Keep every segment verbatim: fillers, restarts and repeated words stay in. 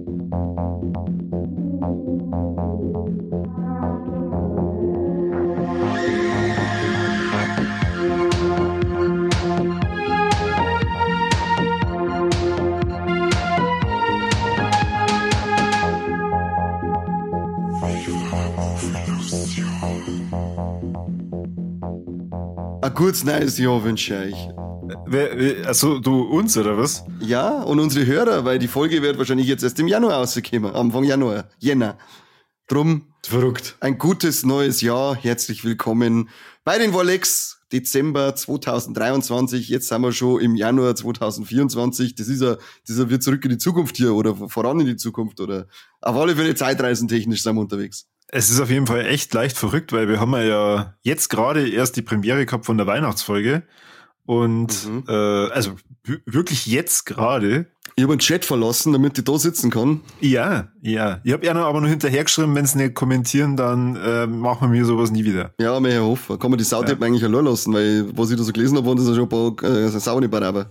Ein gutes neues Jahr wünsche ich euch. Wer, wer, also du uns, oder was? Ja, und unsere Hörer, weil die Folge wird wahrscheinlich jetzt erst im Januar rauskommen, Anfang Januar, Jänner. Drum, verrückt. Ein gutes neues Jahr, herzlich willkommen bei den Wolex, Dezember zweitausenddreiundzwanzig, jetzt sind wir schon im Januar zweitausendvierundzwanzig, das ist ja, das ist ja wie zurück in die Zukunft hier, oder voran in die Zukunft, oder auf alle Fälle zeitreisentechnisch sind wir unterwegs. Es ist auf jeden Fall echt leicht verrückt, weil wir haben ja jetzt gerade erst die Premiere gehabt von der Weihnachtsfolge und mhm. äh, also w- wirklich jetzt gerade. Ich habe einen Chat verlassen, damit ich da sitzen kann. Ja, ja. Ich habe einer aber noch hinterhergeschrieben, wenn sie nicht kommentieren, dann äh, machen wir mir sowas nie wieder. Ja, mein Herr Hofer, kann man die Sautypen ja. eigentlich allein lassen, weil was ich da so gelesen habe, waren das ja schon ein paar äh, Saunebaraber.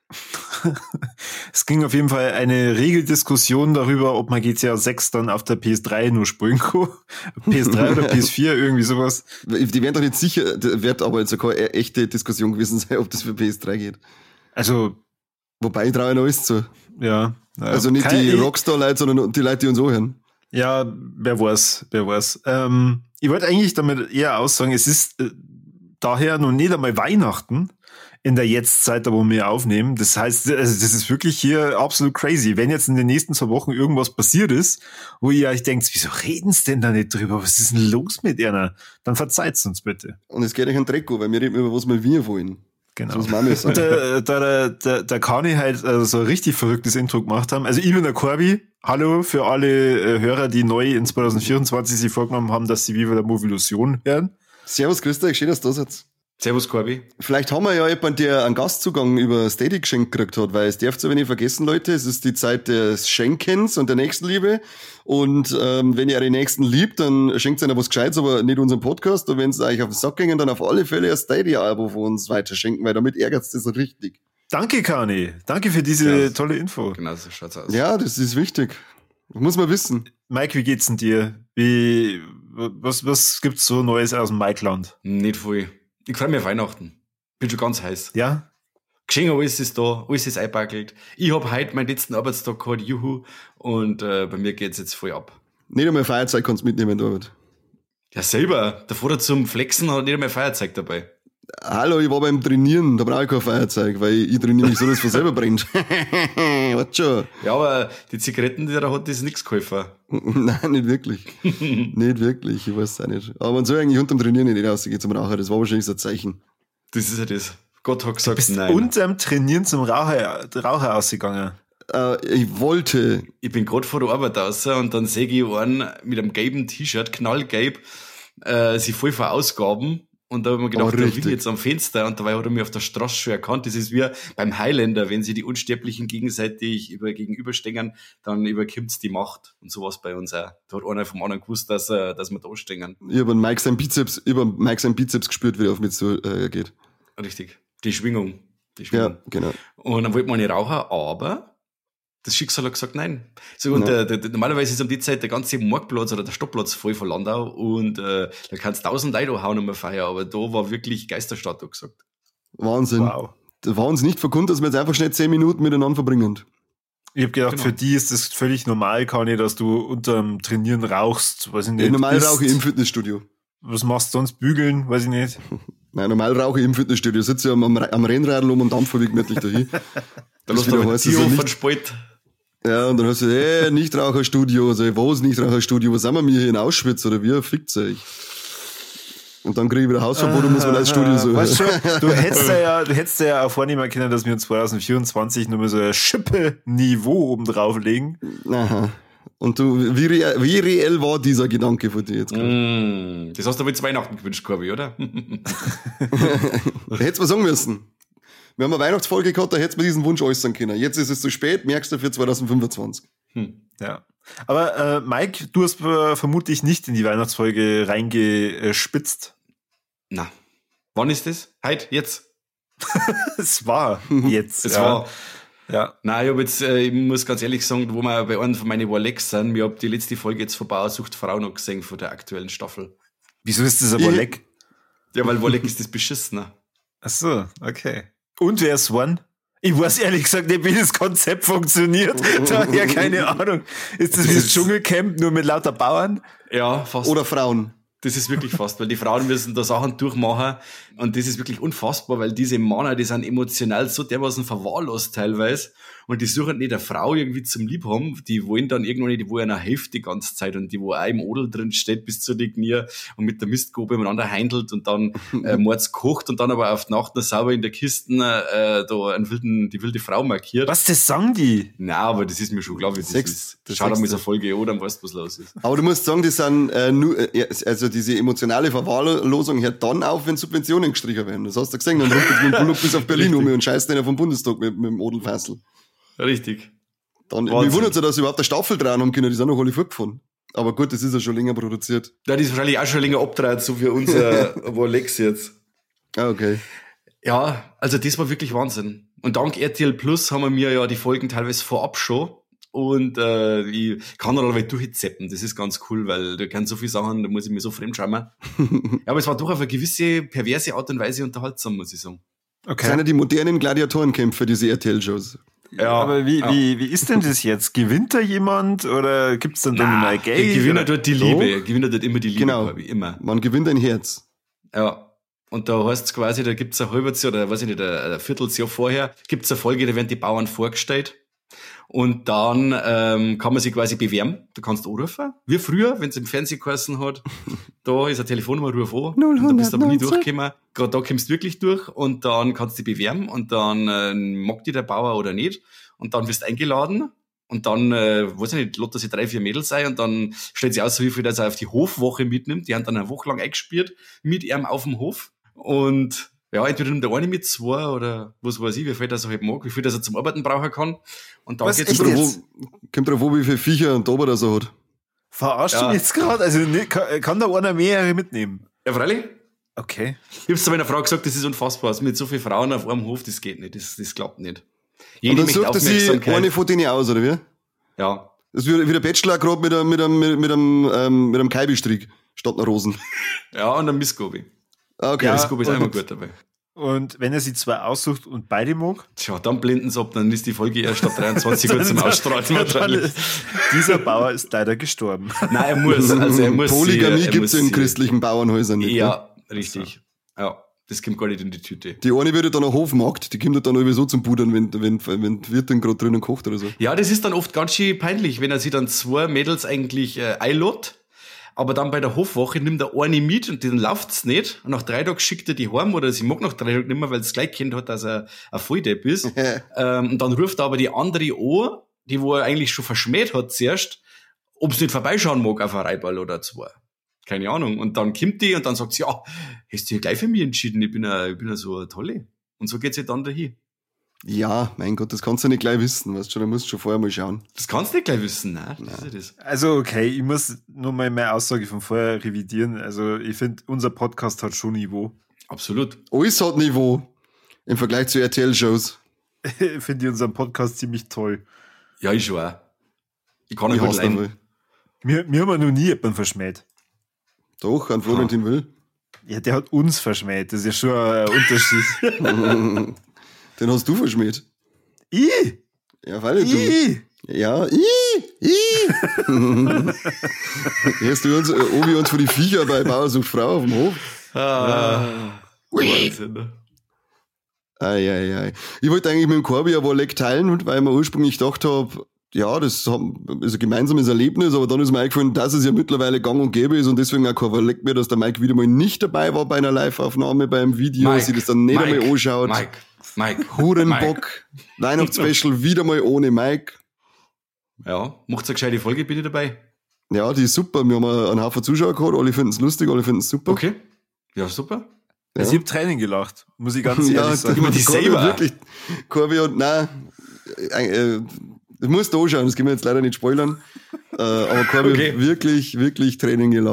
Es ging auf jeden Fall eine Regeldiskussion darüber, ob man G T A sechs dann auf der P S drei nur spielen kann. P S drei oder P S vier, irgendwie sowas. Die werden doch nicht sicher, wird aber jetzt keine echte Diskussion gewesen sein, ob das für P S drei geht. Also, wobei ich traue ich noch alles zu. Ja. Also nicht die Rockstar-Leute, sondern die Leute, die uns anhören. Ja, wer weiß, wer weiß. Ähm, ich wollte eigentlich damit eher aussagen, es ist äh, daher noch nicht einmal Weihnachten in der Jetztzeit, da wo wir aufnehmen. Das heißt, also das ist wirklich hier absolut crazy. Wenn jetzt in den nächsten zwei Wochen irgendwas passiert ist, wo ihr euch denkt, wieso reden sie denn da nicht drüber? Was ist denn los mit einer? Dann verzeiht's uns bitte. Und es geht euch ein Drecko, weil wir reden über was wir wollen. Genau. Und da, da, da, da kann ich halt also so ein richtig verrücktes Intro gemacht haben. Also ich bin der Corby. Hallo für alle äh, Hörer, die neu in zweitausendvierundzwanzig sich vorgenommen haben, dass sie Viva la Movilusion hören. Servus, grüß dich, schön, dass du da sitzt. Servus, Corby. Vielleicht haben wir ja jemanden, der einen Gastzugang über Steady geschenkt gekriegt hat, weil es darf so wenig vergessen, Leute, es ist die Zeit des Schenkens und der Nächstenliebe. Und ähm, wenn ihr eure Nächsten liebt, dann schenkt einer was Gescheites, aber nicht unseren Podcast. Und wenn es euch auf den Sack gehen, dann auf alle Fälle ein Steady-Abo von uns weiterschenken, weil damit ärgert es das richtig. Danke, Kani. Danke für diese ja, tolle Info. Genau, so schaut's aus. Ja, das ist wichtig. Das muss man wissen. Mike, wie geht's denn dir? Wie, was, was gibt's so Neues aus dem Mike-Land? Nicht viel. Ich freue mich auf Weihnachten. Bin schon ganz heiß. Ja? Geschenke, alles ist da, alles ist einpackelt. Ich hab heute meinen letzten Arbeitstag gehabt, juhu. Und äh, bei mir geht's jetzt voll ab. Nicht einmal Feuerzeug kannst du mitnehmen, David. Ja, selber. Der Vater zum Flexen hat nicht einmal Feuerzeug dabei. Hallo, ich war beim Trainieren, da brauche ich kein Feuerzeug, weil ich trainiere mich so, dass es von selber brennt. Warte schon. Ja, aber die Zigaretten, die er da hat, das ist nichts geholfen. Nein, nicht wirklich. Nicht wirklich, ich weiß es auch nicht. Aber man soll eigentlich unterm Trainieren nicht rausgehen zum Rauchen, das war wahrscheinlich so ein Zeichen. Das ist ja das. Gott hat gesagt, du bist nein. Unterm Trainieren zum Raucher, Raucher ausgegangen. Äh, ich wollte. Ich bin gerade vor der Arbeit raus und dann sehe ich einen mit einem gelben T-Shirt, knallgelb, äh, sich voll verausgaben. Und da habe ich mir gedacht, oh, da bin ich jetzt am Fenster und dabei hat er mich auf der Straße schon erkannt. Das ist wie beim Highlander, wenn sie die Unsterblichen gegenseitig über, gegenüberstehen, dann überkommt's die Macht. Und sowas bei uns auch. Da hat einer vom anderen gewusst, dass, äh, dass wir da stehen. Ich habe Mike seinen Bizeps, ich hab Mike seinen Bizeps gespürt, wie er auf mich zu äh, geht. Richtig. Die Schwingung. Die Schwingung. Ja, genau. Und dann wollte man nicht rauchen, aber das Schicksal hat gesagt, nein. So, und der, der, normalerweise ist um die Zeit der ganze Marktplatz oder der Stadtplatz voll von Landau und äh, da kannst du tausend Leute hauen und mal feiern, aber da war wirklich Geisterstadt, hat gesagt. Wahnsinn. Wow. Da war uns nicht verkund, dass wir jetzt einfach schnell zehn Minuten miteinander verbringen. Ich habe gedacht, genau. Für die ist das völlig normal, Kani, dass du unterm Trainieren rauchst, weiß ich nicht. Ja, normal rauche ich im Fitnessstudio. Was machst du sonst? Bügeln, weiß ich nicht. Nein, normal rauche ich im Fitnessstudio. Ich sitze ja am, am Rennradl um und dampfe wie gemütlich dahin. Da lässt aber die von Spalt. Ja, und dann hast du, hey, Nichtraucherstudio, also, wo ist Nichtraucherstudio, was sind wir hier in Auschwitz, oder wie, fickt's euch? Und dann kriege ich wieder Hausverbot und muss man ins Studio so. Weißt du, du hättest ja, du hättest ja auch vornehmen können, dass wir uns zwanzig vierundzwanzig nur mal so ein Schippe-Niveau oben drauflegen. Aha. Und du, wie real, wie reell war dieser Gedanke von dir jetzt gerade? Mm, das hast du aber zu Weihnachten gewünscht, Corby, oder? Da hättest du mal sagen müssen. Wir haben eine Weihnachtsfolge gehabt, da hättest du mir diesen Wunsch äußern können. Jetzt ist es zu spät, merkst du für zwanzig fünfundzwanzig. Hm, ja. Aber äh, Mike, du hast äh, vermutlich nicht in die Weihnachtsfolge reingespitzt. Na, wann ist das? Heute? Jetzt? Es war jetzt. Es ja. war. Ja. Nein, ich, hab jetzt, äh, ich muss ganz ehrlich sagen, wo wir bei einem von meinen Warlecks sind, ich habe die letzte Folge jetzt von Bauersucht Frau noch gesehen von der aktuellen Staffel. Wieso ist das ein Warleck? Ja, weil Warleck ist das Beschissener. Ach so, okay. Und wer ist One? Ich weiß ehrlich gesagt nicht, wie das Konzept funktioniert. Daher keine Ahnung. Ist das wie das Dschungelcamp, nur mit lauter Bauern? Ja, fast. Oder Frauen. Das ist wirklich fast, weil die Frauen müssen da Sachen durchmachen und das ist wirklich unfassbar, weil diese Männer, die sind emotional so dermaßen verwahrlost teilweise und die suchen nicht eine Frau irgendwie zum Liebhaben, die wollen dann irgendwann, die wollen eine Hälfte die ganze Zeit und die, wo auch im Odel drin steht bis zu den Knie und mit der Mistgabel miteinander heindelt und dann äh, mords kocht und dann aber auf die Nacht noch sauber in der Kiste äh, da einen wilden, die wilde Frau markiert. Was, das sagen die? Nein, aber das ist mir schon klar, wie das Sechs, ist. das Schau dir mal sechste. so eine Folge an, dann weißt du, was los ist. Aber du musst sagen, die sind äh, nur, äh, also diese emotionale Verwahrlosung hört dann auf, wenn Subventionen gestrichen werden. Das hast du gesehen, dann rumpelt mit dem Bullock bis auf Berlin um und scheißt den vom Bundestag mit, mit dem Odelfassel. Richtig. Dann, Wahnsinn. mich wundert es, dass sie überhaupt eine Staffel dran haben können, die sind noch alle fortgefahren. Aber gut, das ist ja schon länger produziert. Ja, die ist wahrscheinlich auch schon länger abgedreht, so für unser Warlecks jetzt. Ah, okay. Ja, also das war wirklich Wahnsinn. Und dank R T L Plus haben wir mir ja die Folgen teilweise vorab schon. Und äh, ich kann dann aber durchzeppen. Das ist ganz cool, weil da kann so viele Sachen, da muss ich mir so fremd schauen. Ja, aber es war doch auf eine gewisse perverse Art und Weise unterhaltsam, muss ich sagen. Das sind ja die modernen Gladiatorenkämpfe, diese R T L-Shows. Ja, aber wie, ja. wie, wie ist denn das jetzt? Gewinnt da jemand oder gibt's dann dann mal Geld? Der Gewinner oder? dort die So? Liebe. Gewinner dort immer die Liebe, Genau. glaube ich, immer. Man gewinnt ein Herz. Ja. Und da heißt es quasi, da gibt's ein halbes Jahr oder weiß ich nicht, ein Vierteljahr vorher, gibt's eine Folge, da werden die Bauern vorgestellt. Und dann ähm, kann man sich quasi bewerben. Du kannst anrufen, wie früher, wenn es im Fernsehen geheißen hat. Da ist eine Telefonnummer, ruf an. null Und da bist du aber nie neunzig. durchgekommen. Gerade da kommst du wirklich durch und dann kannst du dich bewerben und dann äh, mag dich der Bauer oder nicht. Und dann wirst du eingeladen und dann, äh, weiß ich nicht, lädt er sich drei, vier Mädels ein und dann stellt sich aus, wie viel das er auf die Hofwoche mitnimmt. Die haben dann eine Woche lang eingespielt mit ihm auf dem Hof. Und ja, entweder nimmt der eine mit zwei oder was weiß ich, wie viel das er halt mag, wie viel das er zum Arbeiten brauchen kann. Und dann Was, geht's echt Kommt los. drauf, an, kommt drauf an, wie viele Viecher und Dober das er hat. Verarscht Ja. du mich jetzt gerade? Also ne, kann, kann da einer mehrere mitnehmen? Ja, freilich. Okay. Ich hab's zu meiner Frau gesagt, das ist unfassbar. Mit so vielen Frauen auf einem Hof, das geht nicht. Das, das klappt nicht. Und Jede dann möchte sucht er sich Aufmerksamkeit. eine von denen aus, oder wie? Ja. Das ist wie, wie der Bachelor gerade mit einem, mit einem, mit mit einem, ähm, mit einem Kaibi-Strick statt einer Rosen. Ja, und ein Missgobi. Ah, okay. Ja. Missgobi ist und- immer gut dabei. Und wenn er sie zwei aussucht und beide mag, Tja, dann blenden sie ab, dann ist die Folge erst ab dreiundzwanzig Uhr zum dann- Ausstrahlen dann wahrscheinlich. ist- dieser Bauer ist leider gestorben. Nein, er muss, also er muss Polygamie sie, er gibt's muss in sie- christlichen Bauernhäusern nicht. Ne? Ja, richtig. Ja, das kommt gar nicht in die Tüte. Die eine wird dann eine Hofmagd, die kommt dann sowieso zum Pudern, wenn, wenn, wenn die Wirtin gerade drinnen kocht oder so. Ja, das ist dann oft ganz schön peinlich, wenn er sich dann zwei Mädels eigentlich äh, einlädt, aber dann bei der Hofwoche nimmt er eine mit und dann läuft's nicht. Und nach drei Tagen schickt er die heim oder sie mag nach drei Tagen nicht mehr, weil das gleich Kind hat, dass er ein Volldepp ist. ähm, und dann ruft er aber die andere an, die wo er eigentlich schon verschmäht hat zuerst, ob sie nicht vorbeischauen mag auf ein Reiball oder zwei. Keine Ahnung. Und dann kommt die und dann sagt sie, ja, hast du dich gleich für mich entschieden, ich bin ja, ich bin ja so eine Tolle. Und so geht sie dann dahin. Ja, mein Gott, das kannst du nicht gleich wissen, weißt du, da musst du schon vorher mal schauen. Das kannst du nicht gleich wissen, ne? Das ist ja das. Also okay, ich muss nur mal meine Aussage von vorher revidieren. Also ich finde, unser Podcast hat schon Niveau. Absolut. Alles hat Niveau im Vergleich zu R T L-Shows. Ich finde unseren Podcast ziemlich toll. Ja, ich schon auch. Ich kann Ich ihn gut hasse leiden. wohl. Wir, wir haben ja noch nie jemanden verschmäht. Doch, an Florentin Will. Ja, der hat uns verschmäht. Das ist ja schon ein Unterschied. Den hast du verschmäht. ich? Ja, weil du. Ich? Ja, ich, ich. Hörst du uns, äh, Obi uns für die Viecher bei Bauersucht Frau auf dem Hof? Ah, Wahnsinn, ne? Ei, ei, ei. Ich wollte eigentlich mit dem Corby ein Warleck teilen, weil ich mir ursprünglich gedacht habe, ja, das haben- ist ein gemeinsames Erlebnis, aber dann ist mir eingefallen, dass es ja mittlerweile gang und gäbe ist und deswegen auch kein Warleck mehr, dass der Mike wieder mal nicht dabei war bei einer Live-Aufnahme beim Video, Mike, sich das dann nicht Mike, einmal anschaut. Mike, Mike. Hurenbock, Weihnachtsspecial wieder mal ohne Mike. Ja, macht's eine gescheite Folge, bin ich dabei. Ja, die ist super. Wir haben einen Haufen Zuschauer gehabt, alle finden es lustig, alle finden es super. Okay. Ja, super. Ja. Also ich hab Tränen gelacht, muss ich ganz Ja, ehrlich sagen. immer die Corby selber. hat wirklich, Corby hat, nein, äh, äh, du musst da anschauen, das können wir jetzt leider nicht spoilern, äh, aber Corby Okay. hat wirklich, wirklich Tränen gelacht.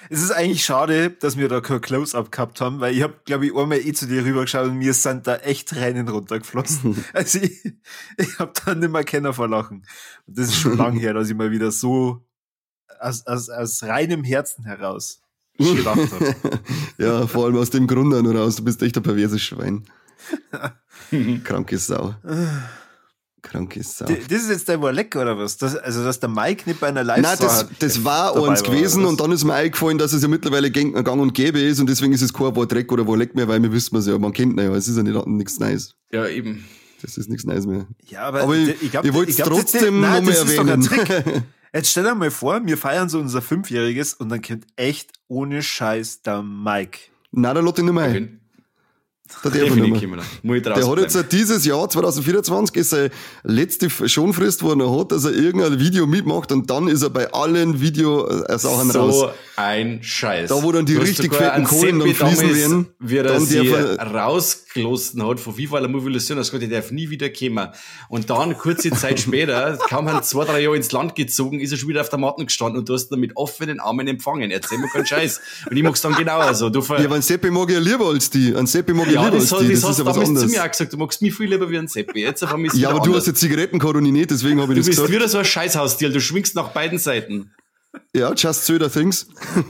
Es ist eigentlich schade, dass wir da kein Close-Up gehabt haben, weil ich habe, glaube ich, einmal eh zu dir rübergeschaut und mir sind da echt Tränen runtergeflossen. Also ich, ich habe da nicht mehr kennen vor Lachen. Und das ist schon lang her, dass ich mal wieder so aus, aus, aus reinem Herzen heraus gelacht habe. Ja, vor allem aus dem Grund auch nur raus. Du bist echt ein perverses Schwein. Kranke Sau. Kranke Sau. D- Das ist jetzt der Warleck oder was? Das, also, dass der Mike nicht bei einer live Nein, das, das war eins gewesen und dann ist mir eingefallen, dass es ja mittlerweile gang, gang und gäbe ist und deswegen ist es kein Warleck oder Warleck mehr, weil wir wissen es ja, man kennt ihn ja, es ist ja nicht, nichts Neues. Ja, eben. Das ist nichts Neues mehr. Ja, aber, aber ich, ich, glaub, ich wollte es glaub, trotzdem das, nein, noch mal das erwähnen. Ist doch ein Trick. Jetzt stell dir mal vor, wir feiern so unser Fünfjähriges und dann kommt echt ohne Scheiß der Mike. Nein, der lässt ihn nicht mehr ein. Der, darf ihn nicht mehr. Der hat jetzt dieses Jahr, zwanzig vierundzwanzig, ist seine letzte Schonfrist, wo er noch hat, dass er irgendein Video mitmacht und dann ist er bei allen Videosachen so raus. So ein Scheiß. Da, wo dann die richtig fetten Kohlen dann fließen werden. Wie er sie rausgelassen hat, von FIFA la Mobilisation, das Gott, ich darf nie wieder kommen. Und dann, kurze Zeit später, kaum haben zwei, drei Jahre ins Land gezogen, ist er schon wieder auf der Matte gestanden und du hast ihn mit offenen Armen empfangen. Erzähl mir keinen Scheiß. Und ich mag's dann genauer so. Du ver- ja, aber ein Seppi mag ich ja lieber als die. Ein Seppi mag ich ja, lieber das als die. Das, das hast ist du ja was damals anderes. zu mir auch gesagt, du magst mich viel lieber wie ein Seppi. Jetzt auf einmal ist ja, aber du anders. hast ja Zigarettenkoroni nicht, deswegen habe ich du das gesagt. Du bist wieder so ein Scheißhaustier, du schwingst nach beiden Seiten. Ja, just Söder things.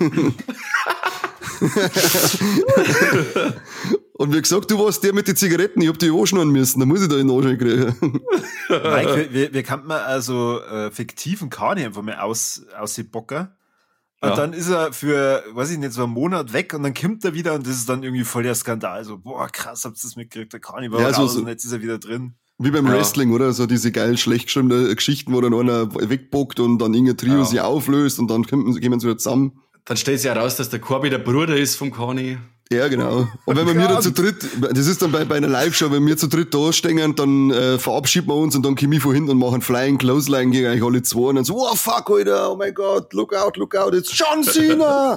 Und wie gesagt, du warst der mit den Zigaretten, ich hab die anschneiden müssen, da muss ich da in den Arsch kriegen. Mike, wir, wir, wir kannten mal also äh, fiktiven Kani einfach mal aus, aus die Bocker. Und ja. Dann ist er für, weiß ich nicht, so einen Monat weg und dann kommt er wieder und das ist dann irgendwie voll der Skandal. So, boah, krass, habt ihr das mitgekriegt? Der Kani war ja, raus so, und jetzt ist er wieder drin. Wie beim ja. Wrestling, oder? So diese geil schlecht geschriebenen Geschichten, wo dann einer wegbockt und dann irgendein Trio ja. sich auflöst und dann kommen, gehen sie wieder zusammen. Dann stellt sich heraus, dass der Corby der Bruder ist vom Kani. Ja, genau. Und wenn wir mir da zu dritt, das ist dann bei, bei einer Live-Show, wenn wir zu dritt da stehen, dann äh, verabschieden wir uns und dann komme ich von hinten und machen Flying Clothesline gegen eigentlich alle zwei und dann so, oh fuck, Alter, oh mein Gott, look out, look out, it's John Cena!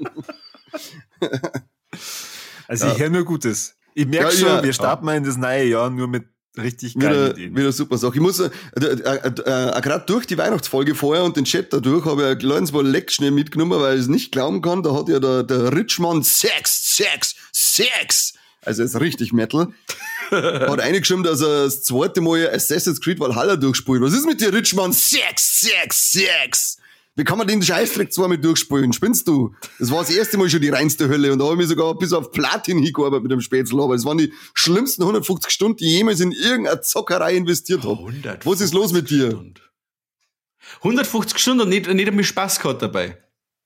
Also ja. Ich höre nur Gutes. Ich merke ja, schon, ja, wir starten ja. mal in das neue Jahr nur mit richtig geilen Ideen. Wieder super Sache. Ich muss, äh, äh, äh, äh, gerade durch die Weihnachtsfolge vorher und den Chat dadurch habe ich ein kleines Leck schnell mitgenommen, weil ich es nicht glauben kann, da hat ja der, der Richmann Sex, Sex, Sex, also ist richtig Metal, hat eingeschrieben, dass er das zweite Mal Assassin's Creed Valhalla durchspielt. Was ist mit dir, Richmann? Sex, Sex, Sex. Wie kann man den Scheißdreck zweimal durchspielen? Spinnst du? Das war das erste Mal schon die reinste Hölle und da habe ich mich sogar bis auf Platin hingearbeitet mit dem Spätzle, aber es waren die schlimmsten hundertfünfzig Stunden, die ich jemals in irgendeine Zockerei investiert habe. Was ist los mit dir? Stunden. hundertfünfzig Stunden und nicht, nicht einmal Spaß gehabt dabei.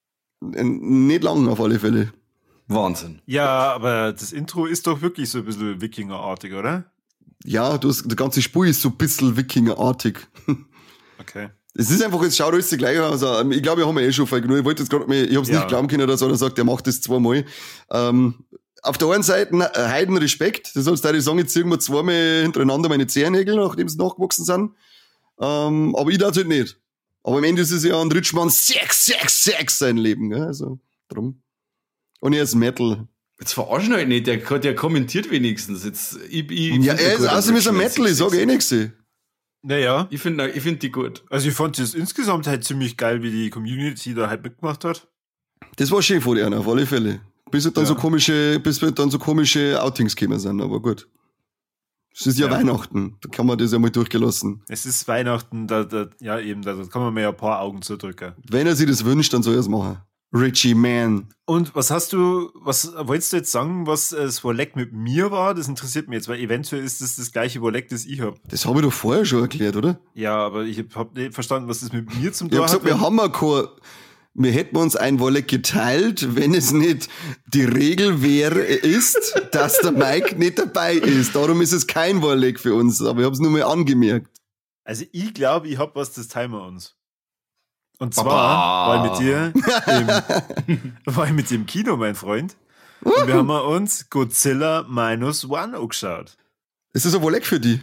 Nicht lang auf alle Fälle. Wahnsinn. Ja, aber das Intro ist doch wirklich so ein bisschen Wikingerartig, oder? Ja, du hast, das ganze Spiel ist so ein bisschen Wikingerartig. Okay. Es ist einfach, es schaut alles gleich aus. Also, ich glaube, wir haben ja eh schon voll genug. Ich wollte jetzt gerade, ich habe es ja. nicht glauben können, dass einer sagt, der macht das zweimal. Ähm, auf der einen Seite äh, heiden Respekt. Das heißt, ich sagen, jetzt ziehen wir zweimal hintereinander meine Zehennägel, nachdem sie nachgewachsen sind. Ähm, aber ich darf es halt nicht. Aber am Ende ist es ja ein Richmann Sex, Sex, Sex sein Leben. Gell? Also, drum. Und er ist Metal. Jetzt verarschen halt nicht, der, der kommentiert wenigstens. Jetzt, ich, ich ja, er ist außerdem ist ein Metal, ich sage eh nichts. Naja. Ich finde ich find die gut. Also ich fand das insgesamt halt ziemlich geil, wie die Community da halt mitgemacht hat. Das war schön von dir, auf alle Fälle. Bis halt dann ja. so komische, bis halt dann so komische Outings gekommen sind, aber gut. Es ist ja, ja Weihnachten, da kann man das ja mal durchgelassen. Es ist Weihnachten, da, da ja eben, da kann man mir ja ein paar Augen zudrücken. Wenn er sich das wünscht, dann soll er es machen. Richie Man. Und was hast du, was wolltest du jetzt sagen, was das Warleck mit mir war? Das interessiert mich jetzt, weil eventuell ist das das gleiche Warleck, das ich habe. Das habe ich doch vorher schon erklärt, oder? Ja, aber ich habe nicht verstanden, was das mit mir zum tun hat. Ich habe gesagt, wir haben ja kein, wir hätten uns ein Warleck geteilt, wenn es nicht die Regel wäre, ist, dass der Mike nicht dabei ist. Darum ist es kein Warleck für uns, aber ich habe es nur mal angemerkt. Also ich glaube, ich habe was, das teilen wir uns. Und zwar war ich mit dir im, war ich mit dir im Kino, mein Freund. Und wir haben uns Godzilla Minus One angeschaut. Ist das ein Warleck für die?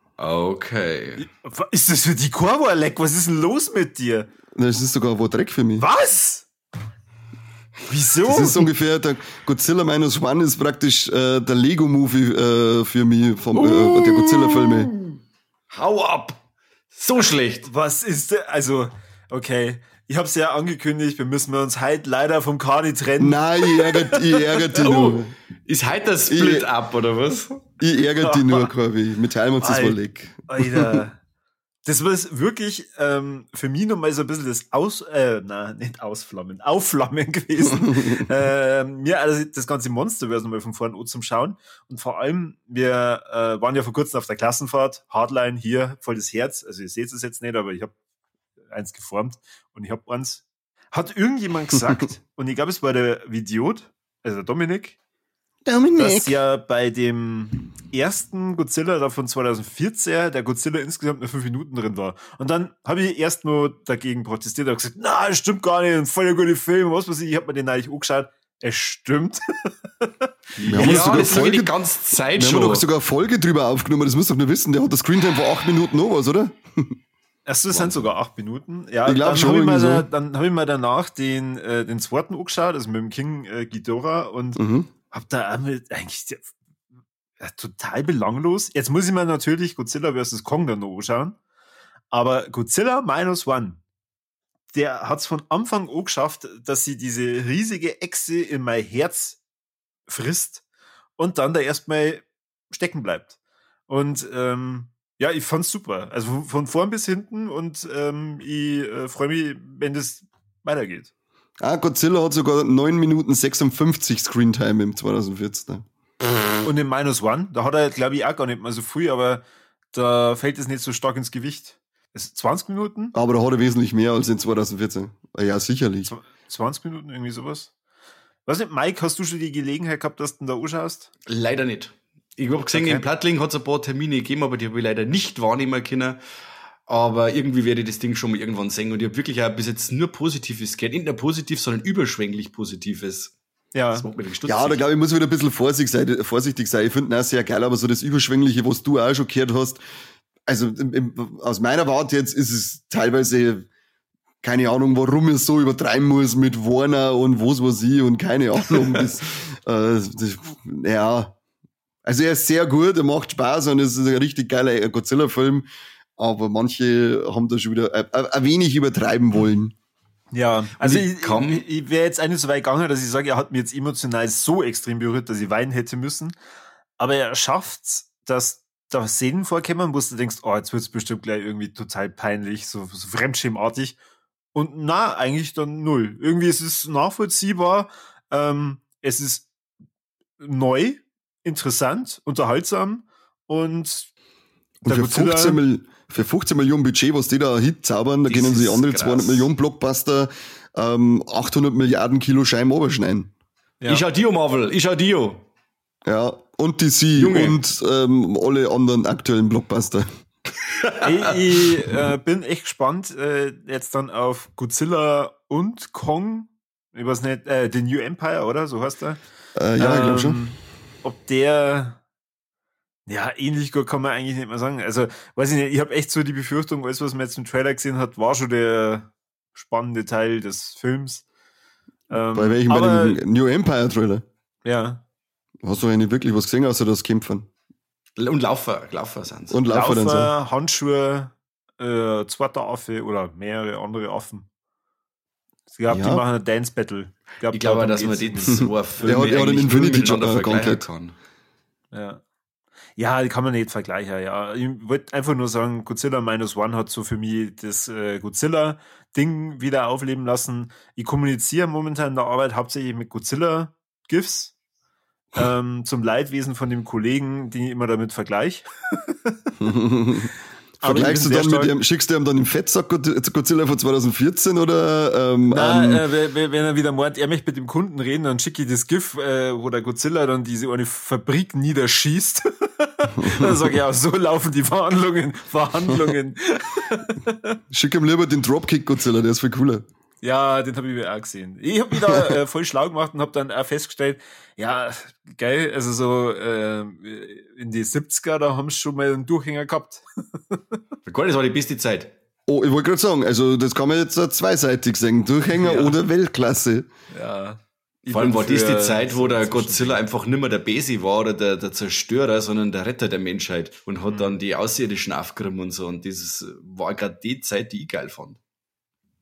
Okay. Ist das für die kein Warleck? Was ist denn los mit dir? Das ist sogar ein Warleck für mich. Was? Wieso? Das ist ungefähr, der Godzilla Minus One ist praktisch äh, der Lego-Movie äh, für mich, vom, uh, äh, der Godzilla-Filme. Hau ab! So schlecht. Was ist, also... Okay, ich hab's ja angekündigt, wir müssen uns heute leider vom Kani trennen. Nein, ich ärgere, ich ärgere dich Oh, nur. ist heute das Split-Up, oder was? Ich ärgere dich nur, Corby. Wir teilen uns das Ei. wohl weg. Alter. Das war wirklich ähm, für mich nochmal so ein bisschen das Aus, äh, nein, nicht Ausflammen, Aufflammen gewesen. äh, mir also das ganze Monsterverse nochmal von vorn an zum Schauen. Und vor allem, wir äh, waren ja vor kurzem auf der Klassenfahrt, Hardline hier, voll das Herz. Also ihr seht es jetzt nicht, aber ich habe eins geformt und ich habe eins. Hat irgendjemand gesagt, und ich glaube, es war der Vidiot, also der Dominik, dass ja bei dem ersten Godzilla da von zwanzig vierzehn der Godzilla insgesamt nur fünf Minuten drin war. Und dann habe ich erst nur dagegen protestiert und gesagt, na, das stimmt gar nicht, ein voll guter Film, was weiß ich, ich habe mir den eigentlich angeschaut. Es stimmt. Wir haben Ja, uns sogar das ist Folge, die ganze Zeit wir schon. haben doch sogar eine Folge drüber aufgenommen, das musst du doch nur wissen, der hat das Screentime vor acht Minuten noch was, oder? Achso, das sind sogar acht Minuten. Ja, Ich glaub dann schon habe ich, mir irgendwie da, so. dann hab ich mir danach den, äh, den zweiten angeschaut, also mit dem King äh, Ghidorah, und Mhm. hab da auch mit eigentlich ja, total belanglos. Jetzt muss ich mir natürlich Godzilla versus. Kong dann noch anschauen. Aber Godzilla Minus One, der hat's von Anfang an geschafft, dass sie diese riesige Echse in mein Herz frisst und dann da erstmal stecken bleibt. Und ähm, ja, ich fand's super. Also von, von vorn bis hinten, und ähm, ich äh, freue mich, wenn das weitergeht. Ah, Godzilla hat sogar neun Minuten sechsundfünfzig Screentime im zwanzig vierzehn. Und in Minus One, da hat er, glaube ich, auch gar nicht mal so viel, aber da fällt es nicht so stark ins Gewicht. Es ist zwanzig Minuten? Aber da hat er wesentlich mehr als in zwanzig vierzehn. Ja, sicherlich. zwanzig Minuten, irgendwie sowas. Weiß nicht, Mike, hast du schon die Gelegenheit gehabt, dass du da anschaust? Leider nicht. Ich habe gesehen, Okay. im Plattling hat es ein paar Termine gegeben, aber die habe ich leider nicht wahrnehmen können. Aber irgendwie werde ich das Ding schon mal irgendwann sehen. Und ich habe wirklich auch bis jetzt nur Positives gehört. Nicht nur positiv, sondern überschwänglich Positives. Ja. Das macht mich stutzig. Ja, da glaube ich, muss wieder ein bisschen vorsichtig sein. Vorsichtig sein. Ich finde ihn auch sehr geil, aber so das Überschwängliche, was du auch schon gehört hast, also im, im, aus meiner Warte jetzt ist es teilweise, keine Ahnung, warum es so übertreiben muss mit Warner und was weiß ich und keine Ahnung. das, äh, das, ja, also er ist sehr gut, er macht Spaß und es ist ein richtig geiler Godzilla-Film, aber manche haben da schon wieder äh, ein wenig übertreiben wollen. Ja, also ich ich, komm- ich, ich wäre jetzt eigentlich so weit gegangen, dass ich sage, er hat mich jetzt emotional so extrem berührt, dass ich weinen hätte müssen. Aber er schafft's, dass da Szenen vorkommen, wo du denkst, oh, jetzt wird's bestimmt gleich irgendwie total peinlich, so, so fremdschämartig. Und na, eigentlich dann null. Irgendwie ist es nachvollziehbar, ähm, es ist neu, interessant, unterhaltsam und Und der für Godzilla- fünfzehn, Mil- für fünfzehn Millionen Budget, was die da Hit zaubern, da Das können sie ist andere krass. zweihundert Millionen Blockbuster ähm, achthundert Milliarden Kilo Scheiben überschneiden. Ja. Ich schau Dio, Marvel, ich schau Dio. Ja, und D C Junge. und ähm, alle anderen aktuellen Blockbuster. Ich, ich äh, bin echt gespannt äh, jetzt dann auf Godzilla und Kong. Ich weiß nicht, äh, The New Empire, oder? So heißt er. Äh, ja, ich glaube schon. Ähm, Ob der, ja, ähnlich gut kann man eigentlich nicht mehr sagen. Also, weiß ich nicht, ich habe echt so die Befürchtung, alles, was man jetzt im Trailer gesehen hat, war schon der spannende Teil des Films. Ähm, Bei welchem? aber, Bei dem New Empire Trailer. ja, Hast du eigentlich wirklich was gesehen, außer das Kämpfen? Und Laufer, Laufer sind's. Und Laufer dann so. Laufer, Handschuhe, äh, zweiter Affe oder mehrere andere Affen. Ich glaube, Ja. die machen ein Dance Battle. Ich glaube, darum dass man die geht's. zwei Filme Der hat- der hat einen eigentlich nur Infinity miteinander Job, äh, vergleichen Gauntlet. kann. Ja. Ja, die kann man nicht vergleichen, ja. Ich wollte einfach nur sagen, Godzilla Minus One hat so für mich das äh, Godzilla-Ding wieder aufleben lassen. Ich kommuniziere momentan in der Arbeit hauptsächlich mit Godzilla-GIFs. ähm, zum Leidwesen von dem Kollegen, den ich immer damit vergleiche. Vergleichst du bin dann sehr mit stark- dem, schickst du ihm dann im Fettsack God- Godzilla von zwanzig vierzehn oder ähm, Nein, ähm, äh, wenn- wenn wenn er wieder meint, er möchte mit dem Kunden reden, dann schicke ich das GIF, äh, wo der Godzilla dann diese eine Fabrik niederschießt. Dann sage ich, ja, so laufen die Verhandlungen. Verhandlungen. schick ihm lieber den Dropkick Godzilla, der ist viel cooler. Ja, den habe ich mir auch gesehen. Ich habe mich da äh, voll schlau gemacht und habe dann auch festgestellt, ja, geil, also so äh, in die siebziger, da haben sie schon mal einen Durchhänger gehabt. Gott, das war die beste Zeit. Oh, ich wollte gerade sagen, also das kann man jetzt äh, zweiseitig sagen. Durchhänger Ja. oder Weltklasse. Ja. Ich Vor allem bin war das für die Zeit, wo der so Godzilla einfach nicht mehr der Besi war oder der, der Zerstörer, sondern der Retter der Menschheit und hat dann die Außerirdischen aufgenommen und so. Und das war gerade die Zeit, die ich geil fand.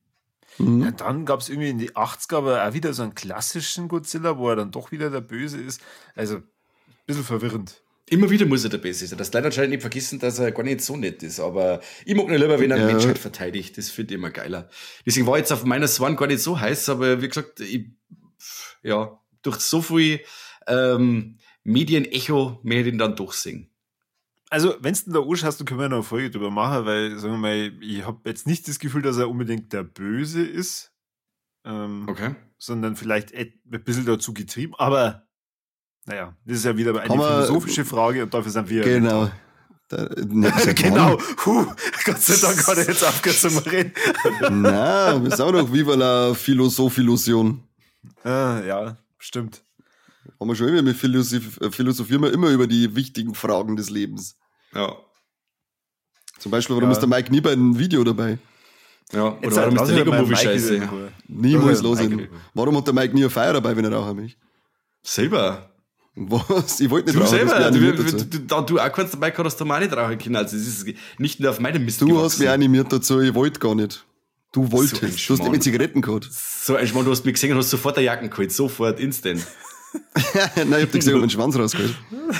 Mhm. Ja, dann gab es irgendwie in die achtziger aber auch wieder so einen klassischen Godzilla, wo er dann doch wieder der Böse ist. Also, ein bisschen verwirrend. Immer wieder muss er der Beste sein. Das leider anscheinend nicht vergessen, dass er gar nicht so nett ist. Aber ich mag ihn lieber, wenn er Ja. Menschheit verteidigt. Das finde ich immer geiler. Deswegen war jetzt auf meiner Swan gar nicht so heiß, aber wie gesagt, ich, ja, durch so viel ähm, Medienecho mehr den dann durchsingen. Also, wenn du da anschaust, dann können wir noch eine Folge drüber machen, weil, sagen wir mal, ich habe jetzt nicht das Gefühl, dass er unbedingt der Böse ist, ähm, Okay. sondern vielleicht ein bisschen dazu getrieben, aber naja, das ist ja wieder eine Kann man- philosophische Frage und dafür sind wir Genau. Da, ne, seit genau, wann? Puh, Gott sei Dank hat er jetzt aufgehört zu reden. Na, wir sagen doch, Viva la Philosoph-Illusion. Ah, ja, stimmt. Haben wir schon immer mit Philosoph äh, philosophieren wir immer über die wichtigen Fragen des Lebens. Ja. Zum Beispiel, warum Ja. ist der Mike nie bei einem Video dabei? Ja, Jetzt oder warum ist lass der ich mal Lego-Movie Mike scheiße? wieder in Ruhe. Niemals Ja, los. Mike. Warum hat der Mike nie eine Feier dabei, wenn er Raucher mich? Selber. Was? Ich wollte nicht Du rauchen. das selber. mich Du, animiert du, dazu. du, da du auch kannst dabei kannst, hast du mal nicht rauchen können. Also, das ist nicht nur auf meinem Mist Du gewachsen. hast mich animiert dazu, ich wollte gar nicht. Du wolltest. So ein du hast Schmarrn. immer Zigaretten gehabt. So, ein Schmarrn, du hast mich gesehen und hast sofort eine Jacken geholt. Sofort, instant. Nein, ich hab dir gesehen, ich hab meinen Schwanz rausgeholt.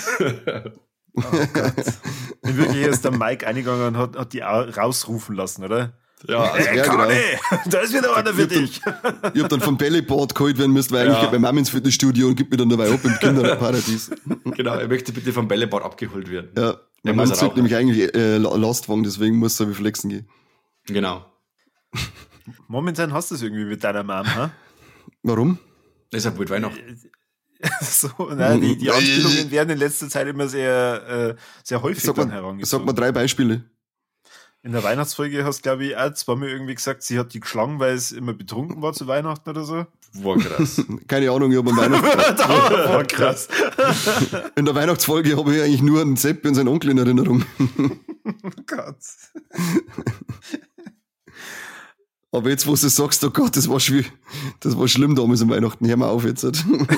In Wirklichkeit ist der Mike eingegangen und hat, hat die au- rausrufen lassen, oder? Ja, also, Hey, ja, genau. Conny, da ist wieder einer für Ich hab dich. Ich hab dann vom Bellyboard geholt werden müssen, weil eigentlich Ja. geht meine Mama ins Fitnessstudio und gibt mir dann dabei ab im Kinderparadies. genau, er möchte bitte vom Bällebad abgeholt werden. Ja. Der Mein muss Mann zieht rauchen. nämlich eigentlich äh, Lastwagen, deswegen muss er wie flexen gehen. Genau. Momentan hast du es irgendwie mit deiner Mom, ha? Warum? Deshalb wird Weihnachten. So, nein, die, die Anspielungen werden in letzter Zeit immer sehr, äh, sehr häufig Sag dann mal, herangezogen. sag mal drei Beispiele. In der Weihnachtsfolge hast du, glaube ich, auch zweimal irgendwie gesagt, sie hat die geschlagen, weil es immer betrunken war zu Weihnachten oder so. War krass. Keine Ahnung, ich hab an Weihnachten. War krass. In der Weihnachtsfolge habe ich eigentlich nur einen Sepp und seinen Onkel in Erinnerung. Oh Gott. Aber jetzt, wo du sagst, oh Gott, das war schwierig. Das war schlimm damals an Weihnachten. Hör mal auf jetzt.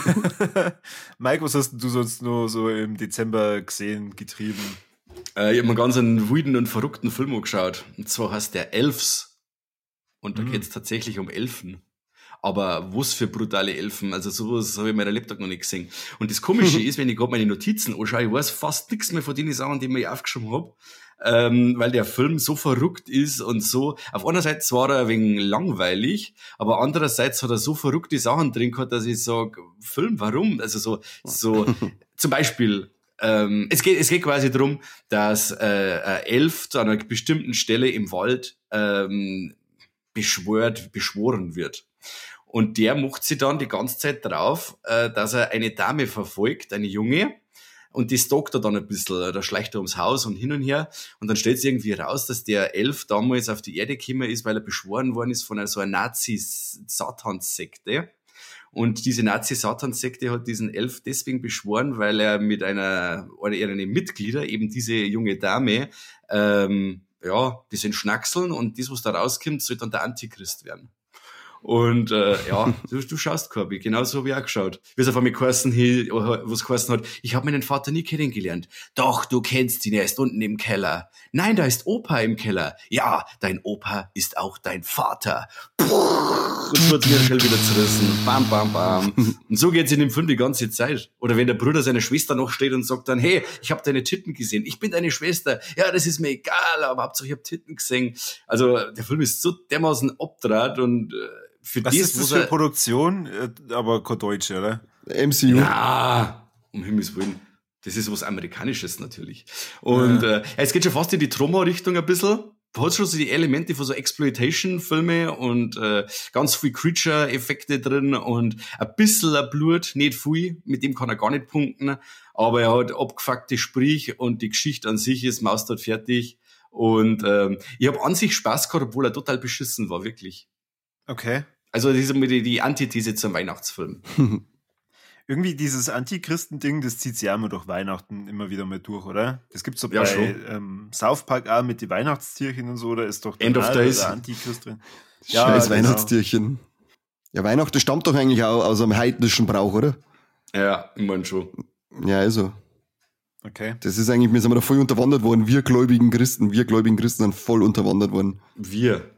Mike, was hast du sonst nur so im Dezember gesehen, getrieben? äh, ich habe mir ganz einen wilden und verrückten Film angeschaut. Und zwar heißt der Elfs. Und da Mhm. geht es tatsächlich um Elfen. Aber was für brutale Elfen. Also sowas habe ich in meinem Lebtag noch nicht gesehen. Und das Komische ist, wenn ich gerade meine Notizen anschaue, ich weiß fast nichts mehr von den Sachen, die ich mir aufgeschrieben habe. Ähm, weil der Film so verrückt ist und so. Auf einer Seite war er ein wenig langweilig, aber andererseits hat er so verrückte Sachen drin gehabt, dass ich sage, Film, warum? Also so, so zum Beispiel, ähm, es geht, es geht quasi darum, dass äh, ein Elf zu einer bestimmten Stelle im Wald ähm, beschwört, beschworen wird. Und der macht sich dann die ganze Zeit drauf, äh, dass er eine Dame verfolgt, eine Junge, und die stalkt er dann ein bisschen, da schleicht er ums Haus und hin und her. Und dann stellt sich irgendwie raus, dass der Elf damals auf die Erde gekommen ist, weil er beschworen worden ist von einer, so einer Nazi-Satanssekte. Und diese Nazi-Satanssekte hat diesen Elf deswegen beschworen, weil er mit einer, einer ihrer Mitglieder, eben diese junge Dame, ähm, ja, die sind Schnackseln und das, was da rauskommt, soll dann der Antichrist werden. Und äh, ja, du, du schaust, Corby, genauso habe ich auch geschaut. Wie es auf einmal geheißen, hey, was geheißen hat, ich habe meinen Vater nie kennengelernt. Doch, du kennst ihn, er ist unten im Keller. Nein, da ist Opa im Keller. Ja, dein Opa ist auch dein Vater. Und wird mir schnell wieder zerrissen. Bam, bam, bam. Und so geht's in dem Film die ganze Zeit. Oder wenn der Bruder seiner Schwester noch steht und sagt dann, hey, ich habe deine Titten gesehen, ich bin deine Schwester. Ja, das ist mir egal, aber Hauptsache ich habe Titten gesehen. Also der Film ist so dermaßen abdraht und äh, für Was das, ist das was für er- Produktion? Äh, Aber kein Deutsche, oder? M C U. Ja, um Himmels Willen. Das ist was Amerikanisches natürlich. Und Ja. äh, es geht schon fast in die Trauma-Richtung ein bisschen. Du hast schon so die Elemente von so Exploitation-Filme und äh, ganz viel Creature-Effekte drin und ein bisschen ein Blut, nicht viel, mit dem kann er gar nicht punkten, aber er hat abgefuckte Sprich und die Geschichte an sich ist maustert fertig und ähm, ich habe an sich Spaß gehabt, obwohl er total beschissen war, wirklich. Okay. Also das ist immer die, die Antithese zum Weihnachtsfilm. Irgendwie dieses Antichristen-Ding, das zieht sich ja immer durch Weihnachten immer wieder mal durch, oder? Das gibt's so Ja, bei schon. ähm, South Park auch mit den Weihnachtstierchen und so, da ist doch End of total Days. der Antichrist drin. Scheiß genau. Weihnachtstierchen. Ja, Weihnachten stammt doch eigentlich auch aus einem heidnischen Brauch, oder? Ja, ich meine schon. Ja, also. Okay. Das ist eigentlich, wir sind da voll unterwandert worden. Wir gläubigen Christen, wir gläubigen Christen sind voll unterwandert worden. Wir.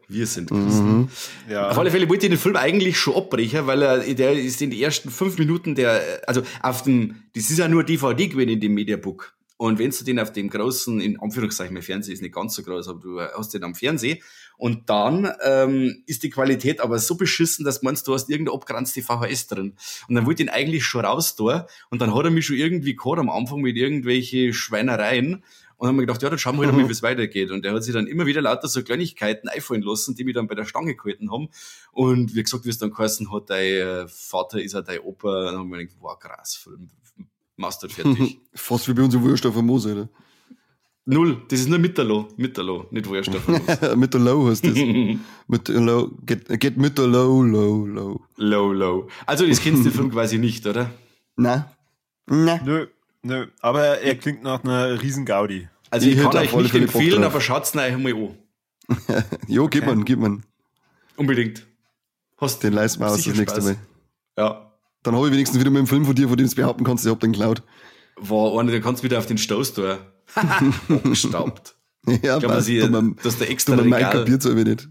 Wir sind Christen. Mhm. Ja. Auf alle Fälle wollte ich den Film eigentlich schon abbrechen, weil er, der ist in den ersten fünf Minuten der, also auf dem, das ist ja nur D V D gewesen in dem Mediabook. Und wenn du den auf dem großen, in Anführungszeichen, mein Fernseher ist nicht ganz so groß, aber du hast den am Fernsehen. Und dann ähm, ist die Qualität aber so beschissen, dass du meinst, du hast irgendeine abgeranzte V H S drin. Und dann wollte ich ihn eigentlich schon raus tun. Und dann hat er mich schon irgendwie gehabt am Anfang mit irgendwelche Schweinereien. Und dann haben wir gedacht, ja, dann schauen wir halt mal, wie es weitergeht. Und er hat sich dann immer wieder lauter so Kleinigkeiten einfallen lassen, die mich dann bei der Stange gehalten haben. Und wie gesagt, wie es dann geheißen hat, dein Vater ist ja dein Opa. Und dann haben wir gedacht, wow, krass, Film, Master fertig. Fast wie bei uns im Wurst auf der Mose, oder? Null, das ist nur Mitterloh, Mitterloh, nicht Wurst auf der Mose. Mit der Low heißt das. Mit der Low, geht, geht mit der Low, Low, Low. Low, low. Also, das kennst du den Film quasi nicht, oder? Na? Na? Nö, nö. Aber er klingt nach einer riesen Gaudi. Also, Ich ich, kann hätte euch auf alle nicht Fälle Bock empfehlen, drauf. aber schaut's euch einmal an. Jo, gib man, gib man. Unbedingt. Hast Den leisten wir aus sicher das nächste Spaß. Mal. Ja. Dann habe ich wenigstens wieder mal einen Film von dir, von dem du behaupten kannst, ich hab den geklaut. War einer, der kannst wieder auf den Stoß tun. Abgestaubt. Ja, Ich glaube, dass, ich, du mein, dass der du extra mein Mein Regal... kapiert's aber nicht.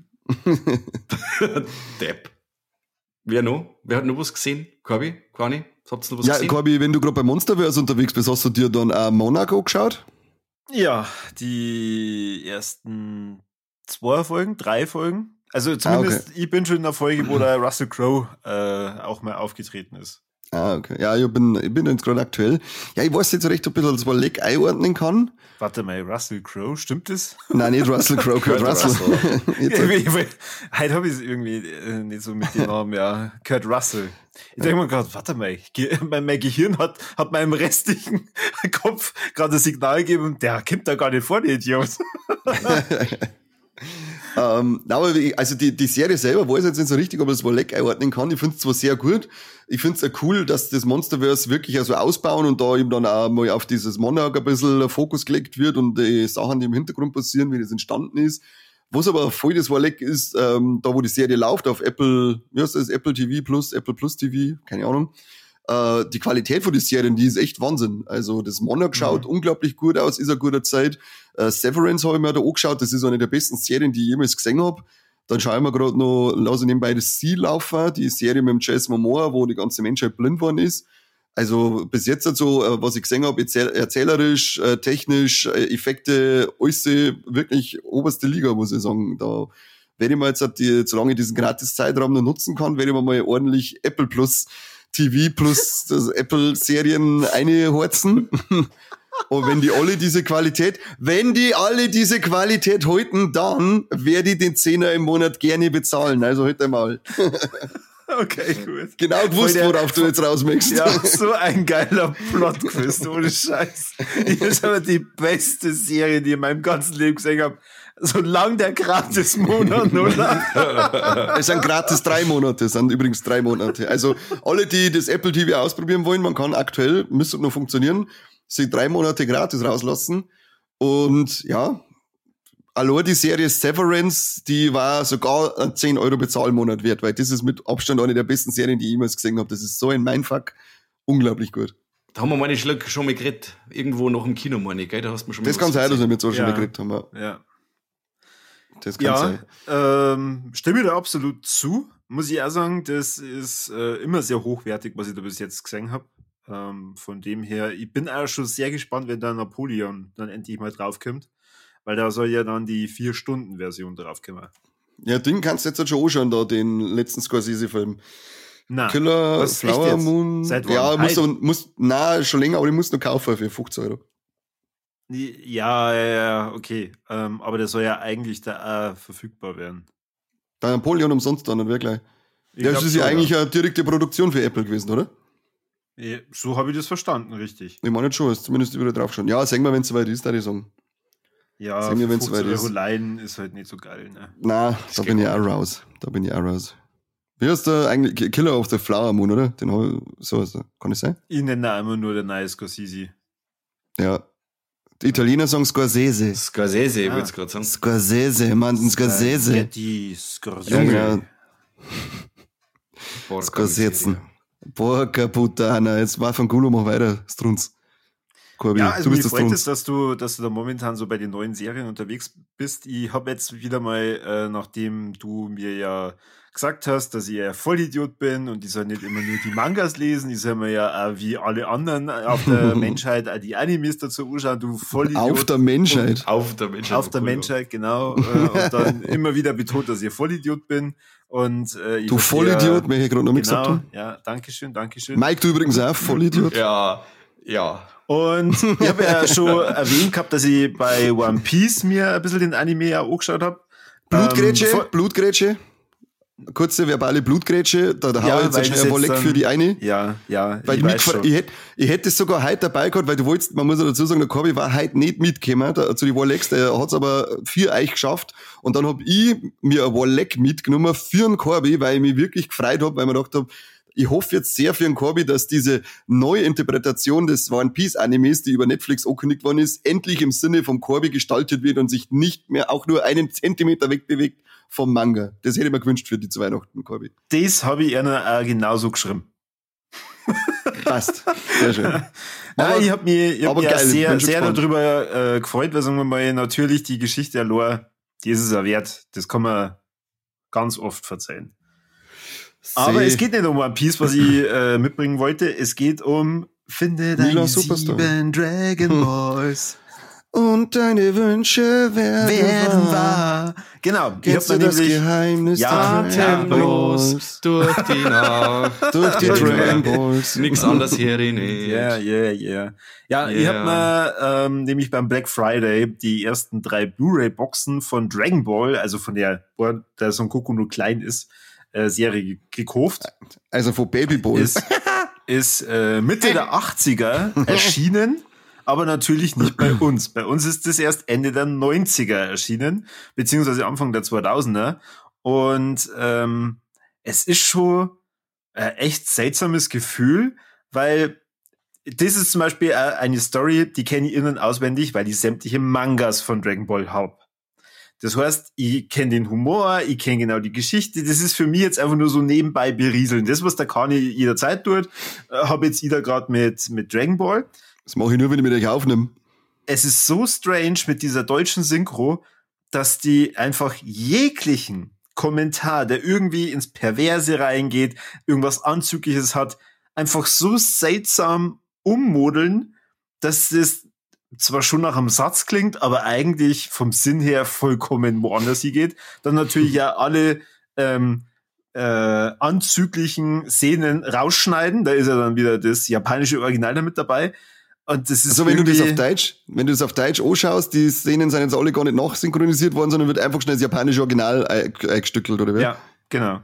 Depp. Wer noch? Wer hat noch was gesehen? Corby? Quani? Habt ihr noch was Ja, gesehen? Corby, wenn du gerade bei Monsterverse unterwegs bist, hast du dir dann auch Monaco geschaut? Ja, die ersten zwei Folgen, drei Folgen. Also zumindest, Ah, ich bin schon in der Folge, wo der Russell Crowe äh, auch mal aufgetreten ist. Ah, okay. Ja, ich bin, ich bin jetzt gerade aktuell. Ja, ich weiß jetzt recht, ob ich das mal leck einordnen kann. Warte mal, Russell Crowe, stimmt das? Nein, nicht Russell Crowe, Kurt Kurt Russell. Jetzt, Heute habe ich es irgendwie äh, nicht so mit dem Namen, ja. Kurt Russell. Ich denke mir gerade, warte mal, Ge- mein, mein Gehirn hat, hat meinem restlichen Kopf gerade ein Signal gegeben, der kommt da gar nicht vor, der Idiot. ähm, na, aber ich, also die, die Serie selber weiß ich jetzt nicht so richtig, ob ich das mal leck einordnen kann. Ich finde es zwar sehr gut. Ich finde es auch cool, dass das Monsterverse wirklich also ausbauen und da eben dann auch mal auf dieses Monarch ein bisschen Fokus gelegt wird und die Sachen, die im Hintergrund passieren, wie das entstanden ist. Was aber voll das war leck ist, ähm, da wo die Serie läuft auf Apple, wie heißt das, Apple T V Plus, Apple Plus T V, keine Ahnung. Äh, die Qualität von den Serien, die ist echt Wahnsinn. Also das Monarch schaut Mhm. unglaublich gut aus, ist eine gute Zeit. Äh, Severance habe ich mir da angeschaut, das ist eine der besten Serien, die ich jemals gesehen habe. Dann schaue ich mir gerade noch, lasse ich nebenbei das Sea laufen, die Serie mit dem Jason Momoa, wo die ganze Menschheit blind worden ist. Also bis jetzt so, äh, was ich gesehen habe, erzähl erzählerisch, äh, technisch, äh, Effekte, alles wirklich oberste Liga, muss ich sagen. Da werde ich mal jetzt, die, solange ich diesen Gratis-Zeitraum noch nutzen kann, werde ich mir mal ordentlich Apple Plus T V plus das Apple-Serien einhorzen. Und wenn die alle diese Qualität, wenn die alle diese Qualität halten, dann werde ich den Zehner im Monat gerne bezahlen. Also halt einmal. Okay, gut. Genau gewusst, Voll der- worauf du jetzt raus möchtest. Ja, so ein geiler Plot-Twist, ohne Scheiß. Das ist aber die beste Serie, die ich in meinem ganzen Leben gesehen habe. Solange der Gratis-Monat nur lang. Es sind gratis drei Monate, es sind übrigens drei Monate. Also alle, die das Apple T V ausprobieren wollen, man kann aktuell, müsste noch funktionieren, sich drei Monate gratis rauslassen. Und ja, allein die Serie Severance, die war sogar ein zehn Euro Bezahlmonat wert, weil das ist mit Abstand eine der besten Serien, die ich jemals gesehen habe. Das ist so ein Mindfuck. Unglaublich gut. Da haben wir meine Schluck schon mal geredet. Irgendwo noch im Kino, meine ich, gell? Da hast du mir schon mal Das was kann sein, dass erzählt. wir mit so schon Ja. mal geredet haben. Ja. Ja, Das kann ja sein. ähm, stimme ich da absolut zu. Muss ich auch sagen, das ist äh, immer sehr hochwertig, was ich da bis jetzt gesehen habe. Ähm, von dem her, ich bin auch schon sehr gespannt, wenn da Napoleon dann endlich mal draufkommt. Weil da soll ja dann die vier-Stunden-Version draufkommen. Ja, den kannst du jetzt halt schon anschauen, da, den letzten Scorsese-Film. Na, Killer, was, echt Flower jetzt? Moon. Seit wann? Ja, muss, Heute? muss, na, schon länger, aber ich muss noch kaufen für fünfzig Euro. ja, ja, ja, okay. Ähm, aber der soll ja eigentlich da auch verfügbar werden. Der Napoleon umsonst dann, und wirklich. Ich Ja, glaub das ist ja schon, eigentlich eine direkte Produktion für Apple gewesen, oder? Ja, so habe ich das verstanden, richtig. Ich meine schon, ist zumindest wieder drauf schon. Ja, sagen wir, wenn es soweit ist, da ich sagen. Ja, Sag mir, für wenn's fünfzig soweit ist. Euro leihen ist halt nicht so geil, ne? Na, da bin ich auch raus. Da bin ich auch raus. Wie heißt der eigentlich? Killer of the Flower Moon, oder? Den hab ich, so heißt er. Kann ich sein? Ich nenne einmal nur der neue Scorsese. Ja. Die Italiener sagen Scorsese. Scorsese, ich Ah. würde es gerade sagen. Scorsese, man, Scorsese. Spaghetti, Scorsese. Ja, genau. Porca Scorsese. miseria. Porca puttana. Jetzt war von Gulo, mach weiter, Strunz. Corby. Ja, also du mir bist das freut für es, dass du, dass du da momentan so bei den neuen Serien unterwegs bist. Ich habe jetzt wieder mal, äh, nachdem du mir ja gesagt hast, dass ich ein Vollidiot bin und ich soll nicht immer nur die Mangas lesen, ich soll mir ja auch wie alle anderen auf der Menschheit auch die Animes dazu anschauen, du Vollidiot. Auf der Menschheit. Auf der Menschheit. Auf der Menschheit, genau. äh, und dann immer wieder betont, dass ich ein Vollidiot bin. Und, äh, ich Du verstehe- Vollidiot, mir hier gerade noch nicht gesagt Genau, haben. ja, danke schön, danke schön. Mike, du übrigens auch, Vollidiot. Ja, ja. Und ich habe ja schon erwähnt gehabt, dass ich bei One Piece mir ein bisschen den Anime auch angeschaut habe. Blutgrätsche, Ähm, vor- Blutgrätsche. Kurze verbale Blutgrätsche. Da, da hau Ja, ich jetzt weil schnell das ein jetzt Wolleck dann- für die eine. Ja, ja, Weil ich ich, weiß mitgefahren- schon. ich hätte ich hätte es sogar heute dabei gehabt, weil du wolltest, man muss ja dazu sagen, der Corby war heute nicht mitgekommen, da, zu den Wollecks, der hat's aber vier Eich geschafft. Und dann hab ich mir ein Wolleck mitgenommen für den Corby, weil ich mich wirklich gefreut hab, weil ich mir gedacht hab, ich hoffe jetzt sehr für den Corby, dass diese neue Interpretation des One Piece Animes, die über Netflix angekündigt worden ist, endlich im Sinne vom Corby gestaltet wird und sich nicht mehr auch nur einen Zentimeter wegbewegt vom Manga. Das hätte ich mir gewünscht für die zu Weihnachten, Corby. Das habe ich einer auch genauso geschrieben. Passt. Sehr schön. Nein, Aber- ich habe mich, ich hab aber mich auch geil, bin sehr, schon sehr gespannt. darüber äh, gefreut, weil sagen wir mal, natürlich die Geschichte der Lore, die ist es auch wert. Das kann man ganz oft verzeihen. Aber Seh- es geht nicht um One Piece, was ich äh, mitbringen wollte. Es geht um Finde Mila deine Superstar. sieben Dragon Balls. Und deine Wünsche werden, Werden wahr. wahr. Genau. Ich Kennst hab du mir das nämlich Geheimnis Ja, der ja, Dragon Atemlos Balls? durch die Nacht. Durch die Dragon Balls. Nichts anderes höre ich nicht. Ja, ja, ja. Ja, ich Ja. hab mir ähm, nämlich beim Black Friday die ersten drei Blu-ray-Boxen von Dragon Ball, also von der, wo der Son Goku nur klein ist, äh, Serie ge- gekauft. Also von Baby Balls. Ist, ist äh, Mitte der achtziger erschienen, aber natürlich nicht bei uns. Bei uns ist das erst Ende der neunziger erschienen, beziehungsweise Anfang der zweitausender. Und ähm, es ist schon ein echt seltsames Gefühl, weil das ist zum Beispiel eine Story, die kenne ich innen auswendig, weil ich sämtliche Mangas von Dragon Ball hab. Das heißt, ich kenne den Humor, ich kenne genau die Geschichte. Das ist für mich jetzt einfach nur so nebenbei berieseln. Das, was der Kani jederzeit tut, habe jetzt ich da gerade mit, mit Dragon Ball. Das mache ich nur, wenn ich mit euch aufnehme. Es ist so strange mit dieser deutschen Synchro, dass die einfach jeglichen Kommentar, der irgendwie ins Perverse reingeht, irgendwas Anzügliches hat, einfach so seltsam ummodeln, dass das zwar schon nach einem Satz klingt, aber eigentlich vom Sinn her vollkommen woanders geht. Dann natürlich ja alle ähm, äh, anzüglichen Szenen rausschneiden. Da ist ja dann wieder das japanische Original damit dabei. Und das ist Also wenn du das irgendwie- auf Deutsch, wenn du das auf Deutsch anschaust, die Szenen sind jetzt alle gar nicht nachsynchronisiert worden, sondern wird einfach schnell das japanische Original ein- eingestückelt, oder wie? Ja, genau.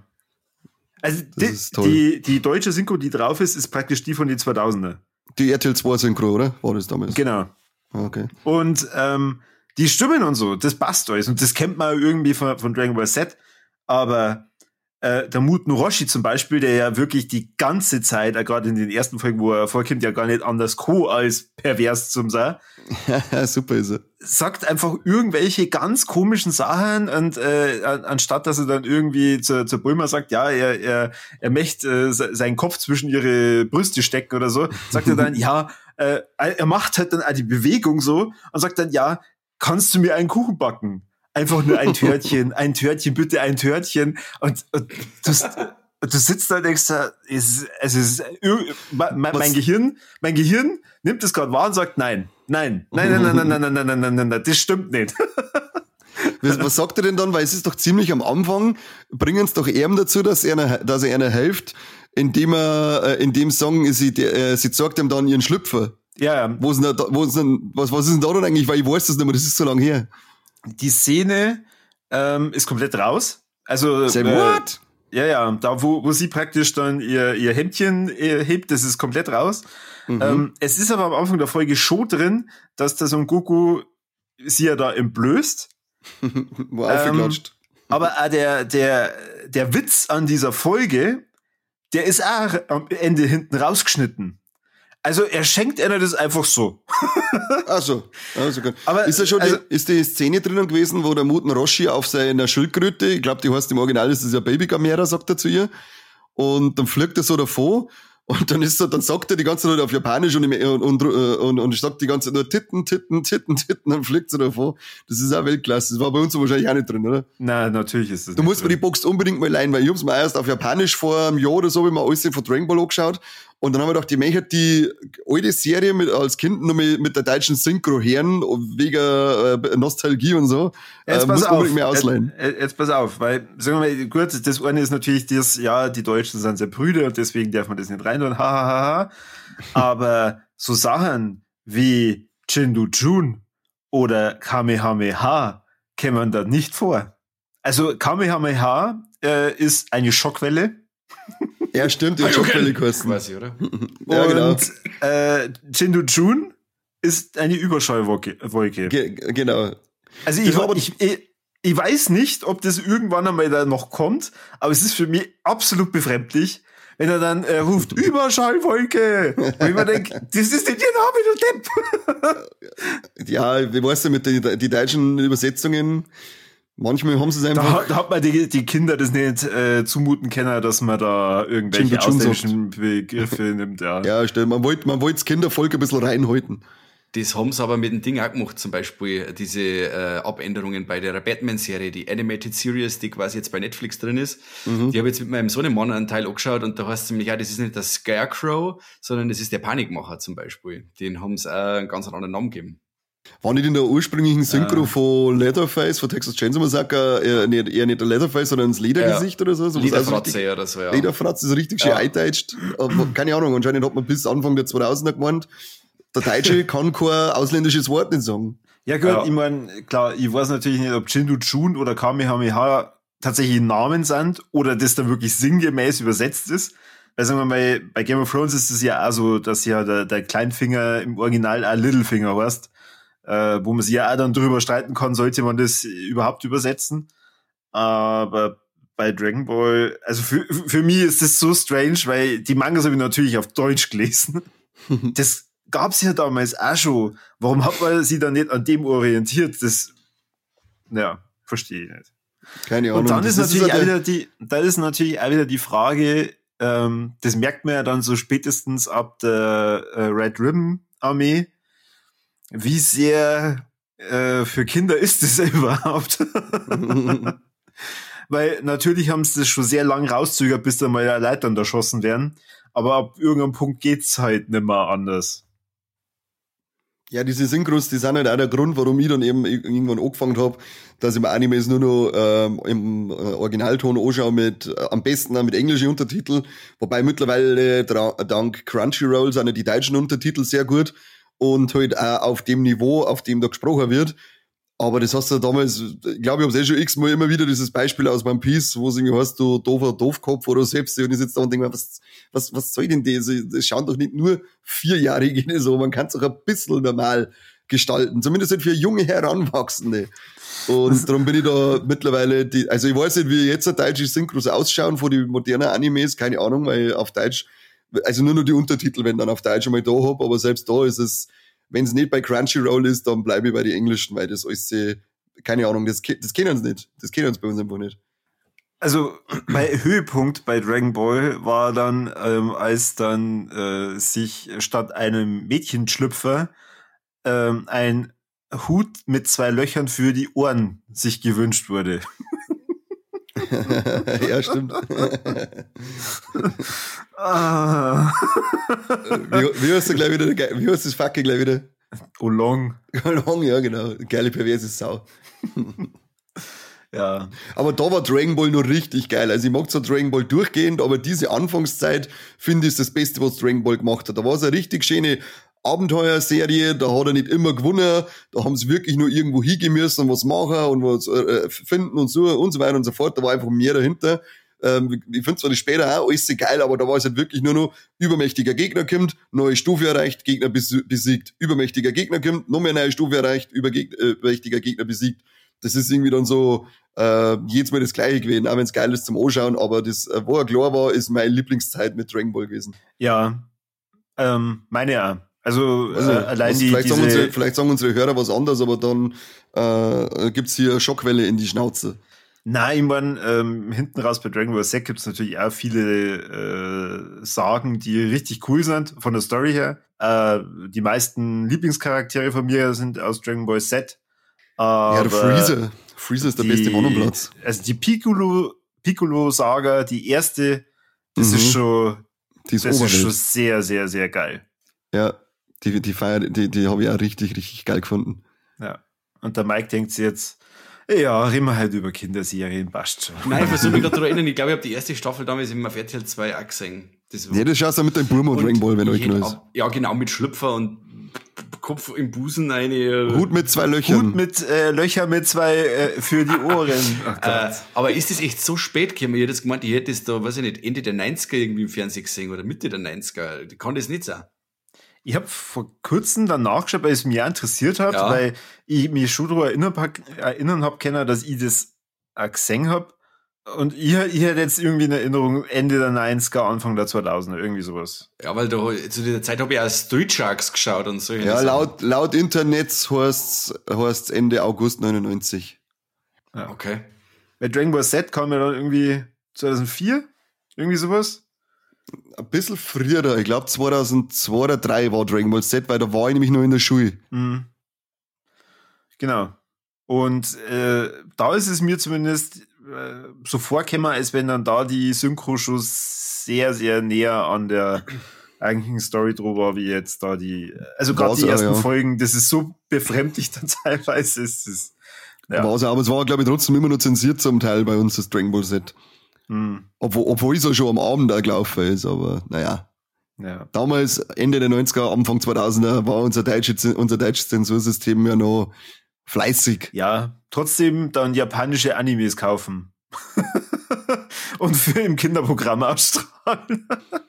Also die, ist toll. die, die deutsche Synchro, die drauf ist, ist praktisch die von den zweitausender. Die R T L zwei Synchro, oder? War das damals? Genau. Ah, okay. Und ähm, die Stimmen und so, das passt alles. Und das kennt man irgendwie von, von Dragon Ball Z. Aber äh, der Muten Roshi zum Beispiel, der ja wirklich die ganze Zeit, äh, gerade in den ersten Folgen, wo er vorkommt, ja gar nicht anders co als pervers zum sein, Super ist er. sagt einfach irgendwelche ganz komischen Sachen und äh, an- anstatt dass er dann irgendwie zur, zur Bulma sagt, ja, er, er, er möchte äh, se- seinen Kopf zwischen ihre Brüste stecken oder so, sagt er dann, ja, äh, er macht halt dann auch die Bewegung so und sagt dann, ja, kannst du mir einen Kuchen backen? Einfach nur ein Törtchen, ein Törtchen, bitte ein Törtchen. Und, und das, du sitzt da und denkst, es, es ist, ir- mein, mein Was- Gehirn, mein Gehirn nimmt das gerade wahr und sagt, nein, nein, nein, nein, nein, nein, nein, nein, nein, nein, nein, nein, nein, das stimmt nicht. Was, was sagt er denn dann? Weil es ist doch ziemlich am Anfang, bringen es doch ihm dazu, dass er, dass er einer hilft, indem er, äh, in dem Song, sie, der, äh, sie zeigt ihm dann ihren Schlüpfer. Ja, ja. Wo ist denn da, wo ist denn, was, was ist denn da dann eigentlich? Weil ich weiß das nicht mehr, das ist so lange her. Die Szene ähm, ist komplett raus. Also, Say äh, what? ja, ja, da wo, wo sie praktisch dann ihr, ihr Hemdchen äh, hebt, das ist komplett raus. Mhm. Ähm, es ist aber am Anfang der Folge schon drin, dass der Son Goku sie ja da entblößt. War aufgeklatscht. Aber auch der, der, der Witz an dieser Folge, der ist auch am Ende hinten rausgeschnitten. Also er schenkt einer das einfach so. Ach so. Also gut. Aber, ist da schon also- die, ist die Szene drinnen gewesen, wo der Muten Roshi auf seiner Schildkröte, ich glaube, die heißt im Original, das ist ja Baby Gamera, sagt er zu ihr, und dann fliegt er so davon Und dann ist so, dann sagt er die ganze Zeit auf Japanisch und, und, und, und, und sagt die ganze Zeit nur Titten, Titten, Titten, Titten, dann fliegt sie davon. Das ist auch Weltklasse. Das war bei uns so wahrscheinlich auch nicht drin, oder? Nein, natürlich ist das Du musst mir die Box unbedingt mal leihen, weil ich hab's mir erst auf Japanisch vor einem Jahr oder so, wie man alles von Dragon Ball angeschaut. Und dann haben wir gedacht, ich möchte die alte Serie mit, als Kind noch mit, mit der deutschen Synchro hören, wegen äh, Nostalgie und so. Jetzt äh, pass muss auf, unbedingt mehr ausleihen. Jetzt, jetzt pass auf, weil, sagen wir mal, gut, das eine ist natürlich das, ja, die Deutschen sind sehr Brüder und deswegen darf man das nicht rein tun, hahaha. Aber so Sachen wie Jindu Jun oder Kamehameha kämen da nicht vor. Also Kamehameha äh, ist eine Schockwelle. Ja, stimmt, die Schockwelle kosten. Weiß ich, oder? Ja, genau. Und äh, Jindu Jun ist eine Überschallwolke. Ge- genau. Also ich, ich, ich, ich weiß nicht, ob das irgendwann einmal da noch kommt, aber es ist für mich absolut befremdlich, wenn er dann äh, ruft, Überschallwolke. Und ich mir denke, das ist nicht ihr Name, du Depp. Ja, wie weißt du, mit den die deutschen Übersetzungen, manchmal haben sie es einfach... Da, da hat man die, die Kinder das nicht äh, zumuten können, dass man da irgendwelche ausländischen Begriffe nimmt. Ja, ja stimmt. Man wollte man wollte das Kindervolk ein bisschen reinhalten. Das haben sie aber mit dem Ding auch gemacht, zum Beispiel diese äh, Abänderungen bei der Batman-Serie, die Animated Series, die quasi jetzt bei Netflix drin ist. Mhm. Die habe ich jetzt mit meinem Sohnemann einen Teil angeschaut und da heißt es nämlich, ja, das ist nicht der Scarecrow, sondern das ist der Panikmacher zum Beispiel. Den haben sie auch einen ganz anderen Namen gegeben. War nicht in der ursprünglichen Synchro äh. von Leatherface, von Texas Chainsaw Massacre, eher nicht, eher nicht der Leatherface, sondern das Ledergesicht ja. oder so? so Lederfratze oder so, ja. Lederfratze, so richtig schön ja. eingedeutscht. Aber keine Ahnung, anscheinend hat man bis Anfang der zweitausender gemeint, der Deutsche kann kein ausländisches Wort nicht sagen. Ja gut, ja. ich meine, klar, ich weiß natürlich nicht, ob Jindu Jun oder Kamehameha tatsächlich Namen sind oder das dann wirklich sinngemäß übersetzt ist. Weil sagen wir mal, bei Game of Thrones ist es ja auch so, dass ja der, der Kleinfinger im Original auch Littlefinger heißt, äh, wo man sich ja auch dann drüber streiten kann, sollte man das überhaupt übersetzen. Aber bei Dragon Ball, also für, für mich ist das so strange, weil die Mangas habe ich natürlich auf Deutsch gelesen. Das gab's ja damals auch schon. Warum hat man sich dann nicht an dem orientiert? Das, ja, verstehe ich nicht. Keine Ahnung. Und dann ist das natürlich ist auch wieder die, da ist natürlich auch wieder die Frage, ähm, das merkt man ja dann so spätestens ab der äh, Red Ribbon Armee, wie sehr äh, für Kinder ist das überhaupt? Weil natürlich haben sie das schon sehr lang rauszögert, bis da mal Leitern erschossen werden. Aber ab irgendeinem Punkt geht's halt nicht mehr anders. Ja, diese Synchros, die sind halt auch der Grund, warum ich dann eben irgendwann angefangen habe, dass ich mir Animes nur noch ähm, im äh, Originalton anschaue, mit, äh, am besten auch mit englischen Untertiteln. Wobei mittlerweile dra- dank Crunchyroll sind ja die deutschen Untertitel sehr gut und halt auch auf dem Niveau, auf dem da gesprochen wird. Aber das hast du damals, ich glaube, ich habe es eh schon x-mal immer wieder dieses Beispiel aus One Piece, wo es irgendwie heißt, du doofer Doofkopf oder selbst, und ich sitze da und denke mir, was, was, was soll denn das? Das schauen doch nicht nur Vierjährige so, man kann es auch ein bisschen normal gestalten, zumindest halt für junge Heranwachsende. Und darum bin ich da mittlerweile, die, also ich weiß nicht, wie jetzt deutsche Synchros ausschauen von den modernen Animes, keine Ahnung, weil auf Deutsch, also nur noch die Untertitel, wenn dann auf Deutsch einmal da hab, aber selbst da ist es, wenn es nicht bei Crunchyroll ist, dann bleibe ich bei den Englischen, weil das alles, keine Ahnung, das, das kennen sie nicht. Das kennen sie bei uns einfach nicht. Also, mein Höhepunkt bei Dragon Ball war dann, ähm, als dann äh, sich statt einem Mädchenschlüpfer ähm, ein Hut mit zwei Löchern für die Ohren sich gewünscht wurde. Ja, stimmt. ah. wie, wie hast du gleich wieder, wie hast du das Fackel gleich wieder? Olong. Olong, ja, genau. Geile perverse Sau. Ja. Aber da war Dragon Ball nur richtig geil. Also ich mag zwar Dragon Ball durchgehend, aber diese Anfangszeit, finde ich, ist das Beste, was Dragon Ball gemacht hat. Da war es eine richtig schöne Abenteuerserie, da hat er nicht immer gewonnen, da haben sie wirklich nur irgendwo hingehen müssen und was machen und was äh, finden und so und so weiter und so fort. Da war einfach mehr dahinter. Ähm, ich finde zwar das später auch alles sehr geil, aber da war es halt wirklich nur noch übermächtiger Gegner kommt, neue Stufe erreicht, Gegner besiegt, übermächtiger Gegner kommt, noch mehr neue Stufe erreicht, übermächtiger Gegner besiegt. Das ist irgendwie dann so äh, jedes Mal das Gleiche gewesen, auch wenn es geil ist zum Anschauen, aber das, äh, wo er klar war, ist meine Lieblingszeit mit Dragon Ball gewesen. Ja, ähm, meine auch. Also, also äh, allein also die vielleicht, diese sagen unsere, vielleicht sagen unsere Hörer was anderes, aber dann äh, gibt's hier Schockwelle in die Schnauze. Nein, ich meine, ähm, hinten raus bei Dragon Ball Z gibt es natürlich auch viele äh, Sagen, die richtig cool sind, von der Story her. Äh, die meisten Lieblingscharaktere von mir sind aus Dragon Ball Z. Aber ja, der Freezer. Freezer ist der die, beste Mann am Platz. Also die Piccolo, Piccolo-Saga, die erste, das Mhm. ist schon, Die ist das ist Oberwelt. schon sehr, sehr, sehr geil. Ja, die, die Feier, die, die habe ich auch richtig, richtig geil gefunden. Ja. Und der Mike denkt sich jetzt, ja, reden wir halt über Kinderserien, passt schon. Nein, ich versuche mich gerade daran erinnern, ich glaube, ich habe die erste Staffel damals im auf R T L zwei auch gesehen. Das war- Ja, das schaust du mit deinem Burma und Dragon Ball, wenn euch ich noch hätte ist. ab- Ja, genau, mit Schlüpfer und Kopf im Busen eine. Hut mit zwei Löchern. Hut mit äh, Löcher mit zwei äh, für die Ohren. Ach Gott. Äh, aber ist das echt so spät gekommen? Ich hätte jetzt gemeint, ich hätte es da, weiß ich nicht, Ende der neunziger irgendwie im Fernsehen gesehen oder Mitte der neunziger. Kann das nicht sein? Ich habe vor kurzem dann nachgeschaut, weil es mich auch interessiert hat, Ja. weil ich mich schon daran erinnern, erinnern habe können, dass ich das auch gesehen habe. Und ich, ich hätte jetzt irgendwie eine Erinnerung Ende der neunziger, Anfang der zweitausender, irgendwie sowas. Ja, weil da, zu dieser Zeit habe ich auch Street Sharks geschaut und so. Ja, laut, laut Internet heißt es Ende August neunundneunzig. Ja. Okay. Bei Dragon Ball Z kam ja dann irgendwie zweitausendvier, irgendwie sowas. Ein bisschen früher, ich glaube zweitausendzwei oder zweitausenddrei war Dragon Ball Z, weil da war ich nämlich noch in der Schule. Mhm. Genau. Und äh, da ist es mir zumindest äh, so vorgekommen, als wenn dann da die Synchro schon sehr, sehr näher an der eigentlichen Story drüber war, wie jetzt da die, also gerade War's die auch, ersten ja. Folgen, das ist so befremdlich dann teilweise. Es ist, ja. War's auch, aber es war, glaube ich, trotzdem immer noch zensiert zum Teil bei uns, das Dragon Ball Z. Hm, Obwohl, obwohl es auch schon am Abend auch gelaufen ist, aber naja. ja. Damals, Ende der neunziger, Anfang zweitausender, war unser, deutsche, unser deutsches Zensursystem ja noch fleißig. Ja, trotzdem dann japanische Animes kaufen. Und für im Kinderprogramm ausstrahlen.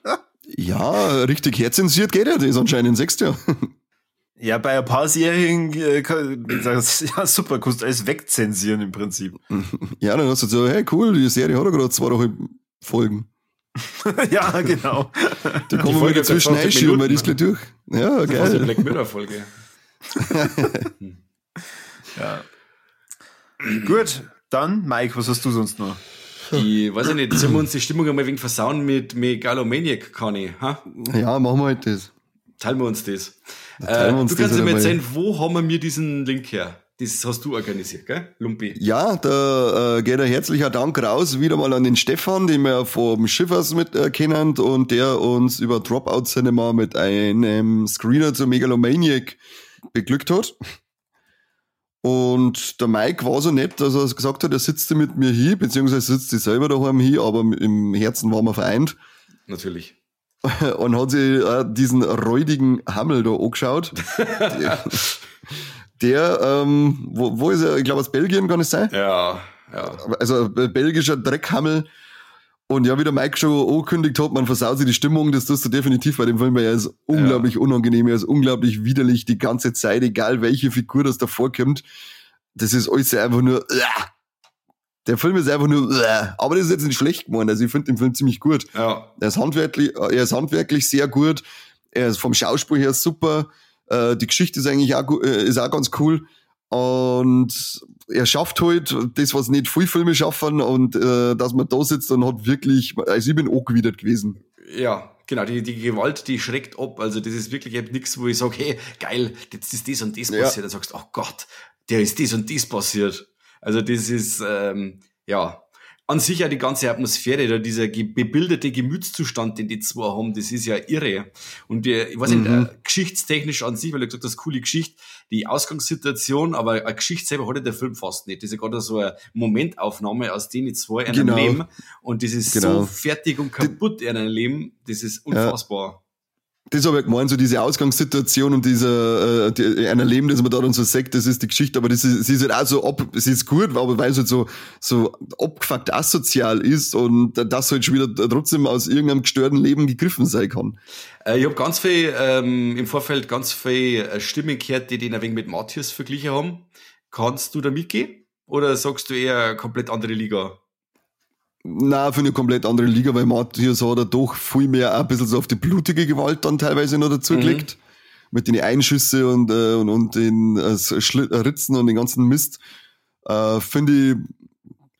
Ja, richtig herzensiert geht ja das anscheinend, sechst ja. Ja, bei ein paar Serien, äh, kann- das, ja super, kannst du alles wegzensieren im Prinzip. Ja, dann hast du so, hey cool, die Serie hat ja gerade zweieinhalb Folgen. Ja, genau. Die kommen Folge wir hat dazwischen zwanzig einschieben, weil die ist Minuten, gleich durch. Ja, Das war so eine geil. Black Mirror Folge. Ja. Gut, dann, Mike, was hast du sonst noch? Ich weiß ich nicht, sollen wir uns die Stimmung einmal wegen versauen mit Megalomaniac, Conny? Ha? Ja, machen wir halt das. Teilen wir uns das. teilen wir Äh, uns du das kannst halt mir einmal. erzählen, wo haben wir mir diesen Link her? Das hast du organisiert, gell? Lumpi. Ja, da äh, geht ein herzlicher Dank raus, wieder mal an den Stefan, den wir vom Schiffers mit äh, kennen und der uns über Dropout Cinema mit einem Screener zu Megalomaniac beglückt hat. Und der Mike war so nett, dass er gesagt hat, er sitzt mit mir hier, beziehungsweise sitzt sie selber daheim hier, aber im Herzen waren wir vereint. Natürlich. Und hat sich äh, diesen räudigen Hammel da angeschaut. der, der ähm, wo, wo ist er? Ich glaube aus Belgien kann es sein. Ja, ja. Also ein belgischer Dreckhammel. Und ja, wie der Mike schon angekündigt hat, man versaut sich die Stimmung, das tust du definitiv bei dem Film, weil er ist unglaublich unangenehm, er ist unglaublich widerlich die ganze Zeit, egal welche Figur das da vorkommt. Das ist alles einfach nur, uh, der Film ist einfach nur, uh, aber das ist jetzt nicht schlecht geworden, also ich finde den Film ziemlich gut. Ja. Er ist handwerklich, er ist handwerklich sehr gut, er ist vom Schauspiel her super, äh, die Geschichte ist eigentlich auch, gu- äh, ist auch ganz cool. Und er schafft halt das, was nicht viele Filme schaffen, und äh, dass man da sitzt und hat wirklich, also ich bin angewidert gewesen. Ja, genau, die, die Gewalt, die schreckt ab. Also das ist wirklich nichts, wo ich sage, hey, geil, jetzt ist das und das Ja. passiert. Dann sagst du, oh Gott, der ist das und das passiert. Also das ist, ähm, ja, an sich ja die ganze Atmosphäre, da dieser ge- bebilderte Gemütszustand, den die zwei haben, das ist ja irre. Und äh, ich weiß nicht, Mhm. äh, geschichtstechnisch an sich, weil du gesagt hast, coole Geschichte, die Ausgangssituation, aber eine Geschichte selber hat ja der Film fast nicht. Das ist ja gerade so eine Momentaufnahme aus denen zwei in einem Genau. Leben. Und das ist Genau. so fertig und kaputt in einem Leben, das ist unfassbar. Das habe ich gemeint, so diese Ausgangssituation und dieser, äh, die, ein Leben, das man da dann so sagt, das ist die Geschichte, aber das ist, sie ist halt auch so ab, sie ist gut, aber weil es halt so, so abgefuckt asozial ist und das halt schon wieder trotzdem aus irgendeinem gestörten Leben gegriffen sein kann. Äh, ich habe ganz viel, ähm, im Vorfeld ganz viel äh, Stimmen gehört, die den ein wenig mit Matthias verglichen haben. Kannst du da mitgehen? Oder sagst du eher komplett andere Liga? Na, für eine komplett andere Liga, weil Matthias hat er doch viel mehr auch ein bisschen so auf die blutige Gewalt dann teilweise noch dazu gelegt. Mit den Einschüsse und, äh, und, und den äh, Schli- Ritzen und den ganzen Mist. Äh, finde ich,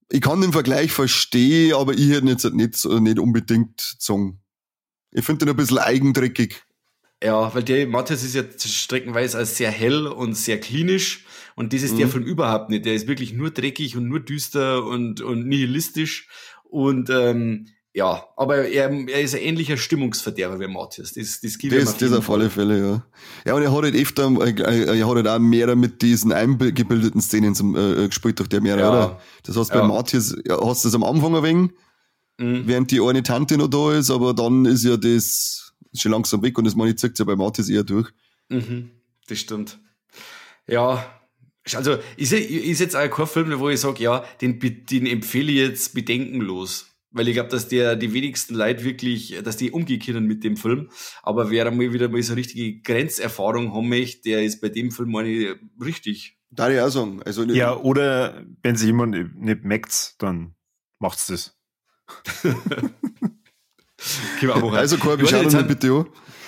Ich kann den Vergleich verstehen, aber ich hätte jetzt nicht, nicht unbedingt sagen. Ich finde den ein bisschen eigendreckig. Ja, weil der Matthias ist ja streckenweise als sehr hell und sehr klinisch und das ist Mhm. der Film überhaupt nicht. Der ist wirklich nur dreckig und nur düster und, und nihilistisch und ähm, ja, aber er, er ist ein ähnlicher Stimmungsverderber wie Matthias. Das, das gibt Das, das auf alle Fälle, ja. Ja, und er hat halt öfter, äh, er hat halt auch mehr mit diesen eingebildeten Szenen zum, äh, gespielt durch der mehr, Ja. oder? Das heißt, bei Ja. Matthias ja, hast du das am Anfang ein wenig, Mhm. während die eine Tante noch da ist, aber dann ist ja das schon langsam weg und das meine ich, zieht ja bei Matthias eher durch. Mhm, das stimmt. Ja, also ist, ist jetzt auch kein Film, wo ich sage, ja, den, den empfehle ich jetzt bedenkenlos. Weil ich glaube, dass der die wenigsten Leute wirklich, dass die umgehen können mit dem Film. Aber wer einmal wieder mal so eine richtige Grenzerfahrung haben möchte, der ist bei dem Film meine richtig. Darf ich auch sagen. Also, Ja, oder wenn sich jemand nicht merkt, dann macht's das. Können wir auch machen. also Corby, Warte, schau jetzt dir haben- bitte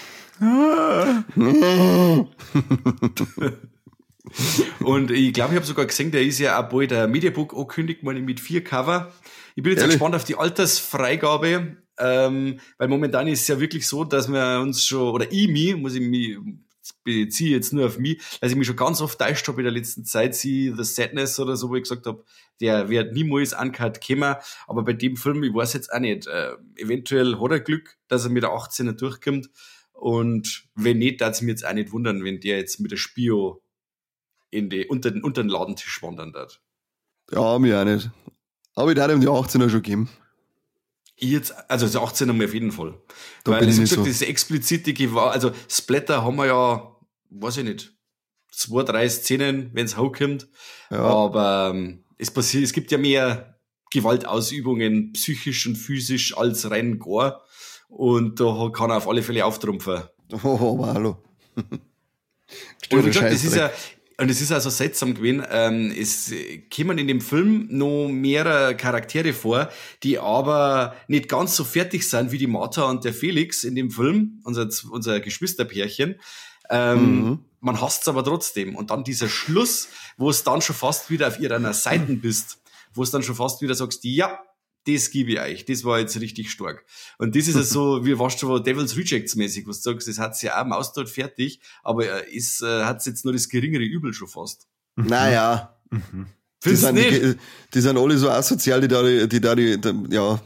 an. Und ich glaube, ich habe sogar gesehen, der ist ja auch bald ein Mediabook angekündigt, meine ich, mit vier Cover. Ich bin jetzt auch Ehrlich? gespannt auf die Altersfreigabe, ähm, weil momentan ist es ja wirklich so, dass wir uns schon, oder ich mich, muss ich mich, beziehe jetzt nur auf mich, dass ich mich schon ganz oft täuscht habe in der letzten Zeit, sie The Sadness oder so, wo ich gesagt habe, der wird niemals uncut kommen, aber bei dem Film, ich weiß jetzt auch nicht, äh, eventuell hat er Glück, dass er mit der achtzehner durchkommt und wenn nicht, darf es mir jetzt auch nicht wundern, wenn der jetzt mit der Spio in die, unter, den, unter den Ladentisch wandern wird. Ja, mir auch nicht. Aber ich darf ihm die achtzehner schon geben. Ich jetzt, also das achtzehner mal auf jeden Fall. Da Weil bin es ich ist nicht gesagt, so. diese explizite Gewalt, also Splatter haben wir ja, weiß ich nicht, zwei, drei Szenen, wenn es hochkommt. Ja. Aber ähm, es passiert, es gibt ja mehr Gewaltausübungen, psychisch und physisch, als rein Gore. Und da kann er auf alle Fälle auftrumpfen. Oh, aber hallo. Und wie gesagt, das ist ja, und es ist also seltsam gewesen, ähm, es kommen in dem Film noch mehrere Charaktere vor, die aber nicht ganz so fertig sind wie die Martha und der Felix in dem Film, unser, unser Geschwisterpärchen. Ähm, Mhm. Man hasst es aber trotzdem. Und dann dieser Schluss, wo es dann schon fast wieder auf ihrer Seite bist, wo es dann schon fast wieder sagst, ja, das gebe ich euch, das war jetzt richtig stark. Und das ist ja so, wie warst du schon Devil's Rejects mäßig, was du sagst, das hat's ja auch maustot fertig, aber ist, äh, hat's jetzt nur das geringere Übel schon fast. Naja. Mhm. Die Findest du sind, nicht? die, die sind alle so asozial, die da, die da, die, die, ja,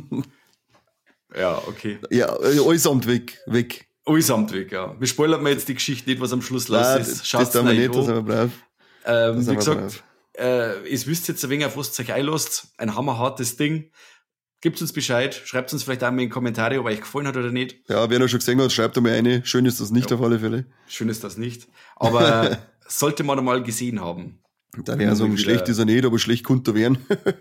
Ja, okay. ja, allesamt weg, weg. Allesamt weg, ja. Wir spoilern mir jetzt die Geschichte nicht, was am Schluss los Nein, ist. das Schaut's tun wir rein nicht, das an. sind wir brav. Ähm, Das wie sind wir gesagt, brav. äh, es wisst jetzt ein wenig, auf was ihr euch einlasst. Ein hammerhartes Ding. Gebt uns Bescheid. Schreibt uns vielleicht auch mal in die Kommentare, ob euch gefallen hat oder nicht. Ja, wer noch schon gesehen hat, schreibt einmal eine. Schön ist das nicht Ja. auf alle Fälle. Schön ist das nicht. Aber sollte man mal gesehen haben. Dann ja, so Wieder- schlecht ist er nicht, aber schlecht konnte er werden.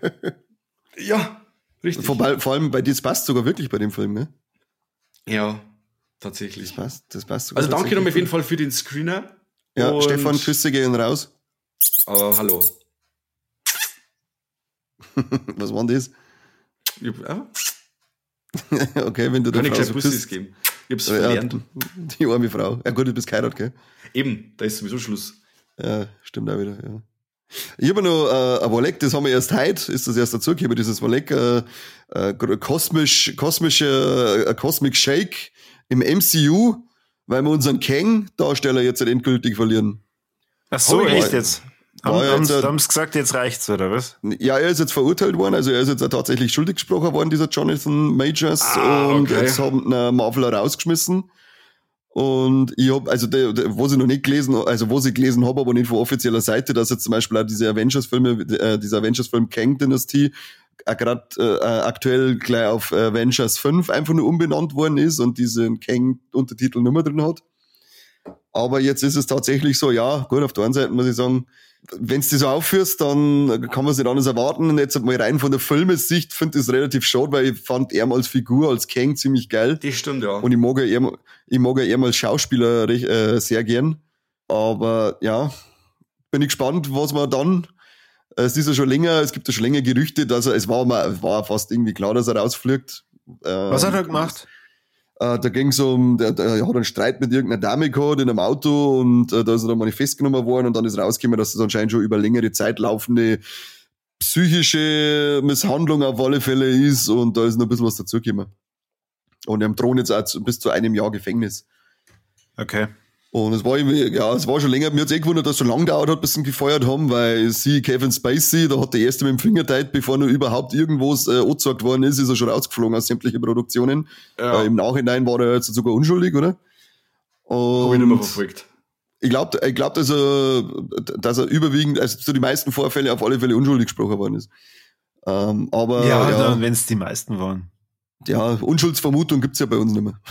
Ja, richtig. vor, vor allem bei dir, das passt sogar wirklich bei dem Film, ne? Ja, Das tatsächlich. passt, das passt sogar. Also danke nochmal auf jeden tatsächlich. Fall für den Screener. Ja, Und- Stefan, Küsse gehen raus. Aber hallo. Was war denn das? Ich, ja, Okay, wenn du kann der ich Frau gleich so Bussis küsst. geben. Ich hab's Ja, verlernt. die arme Frau. Ja gut, du bist geheiratet, gell? Eben, da ist sowieso Schluss. Ja, stimmt auch wieder, ja. Ich habe noch äh, ein Walleck, das haben wir erst heute, ist das erst dazugekommen, dieses Walleck, äh, äh, kosmisch, kosmische, äh, Cosmic Shake im M C U, weil wir unseren Kang-Darsteller jetzt halt endgültig verlieren. Ach so, Oh, ja. echt jetzt? Haben, War ja haben, jetzt, äh, haben sie gesagt, jetzt reicht's, oder was? Ja, er ist jetzt verurteilt worden, also er ist jetzt auch tatsächlich schuldig gesprochen worden, dieser Jonathan Majors, Ah, und okay. jetzt haben äh, Marvel rausgeschmissen. Und ich hab, also der, der, wo ich noch nicht gelesen, also wo ich gelesen habe, aber nicht von offizieller Seite, dass jetzt zum Beispiel auch diese Avengers-Filme, äh, dieser Avengers-Film Kang-Dynastie äh, gerade äh, aktuell gleich auf Avengers fünf einfach nur umbenannt worden ist und diesen Kang-Untertitel nicht mehr drin hat. Aber jetzt ist es tatsächlich so, ja, gut, auf der einen Seite muss ich sagen, wenn du die so aufführst, dann kann man es nicht anders erwarten. Und jetzt mal rein von der Filmesicht finde ich es relativ schade, weil ich fand er als Figur, als Kang ziemlich geil. Das stimmt, ja. Und ich mag ja eher, ich mag ja eher als Schauspieler recht, äh, sehr gern. Aber ja, bin ich gespannt, was man dann, äh, es ist ja schon länger, es gibt ja schon länger Gerüchte, dass er, es war mal, war fast irgendwie klar, dass er rausfliegt. Ähm, Was hat er gemacht? Äh, da ging es um, der, der hat einen Streit mit irgendeiner Dame gehabt in einem Auto und äh, da ist er dann mal festgenommen worden und dann ist rausgekommen, dass das anscheinend schon über längere Zeit laufende psychische Misshandlung auf alle Fälle ist und da ist noch ein bisschen was dazugekommen. Und er drohen jetzt auch zu, bis zu einem Jahr Gefängnis. Okay. Und es war irgendwie, ja, es war schon länger, mir hat's eh gewundert, dass es so lange gedauert hat, bis sie ihn gefeuert haben, weil sie, Kevin Spacey, da hat der erste mit dem Finger teilt, bevor nur überhaupt irgendwo äh, angezeigt worden ist, ist er schon rausgeflogen aus sämtlichen Produktionen. Ja. Äh, Im Nachhinein war er jetzt sogar unschuldig, oder? Und Hab ich nicht mehr verfolgt. ich glaube, ich glaub, dass er, dass er überwiegend, also zu den meisten Vorfällen auf alle Fälle unschuldig gesprochen worden ist. Ähm, aber, Ja, ja, wenn es die meisten waren. ja, Unschuldsvermutung gibt's ja bei uns nicht mehr.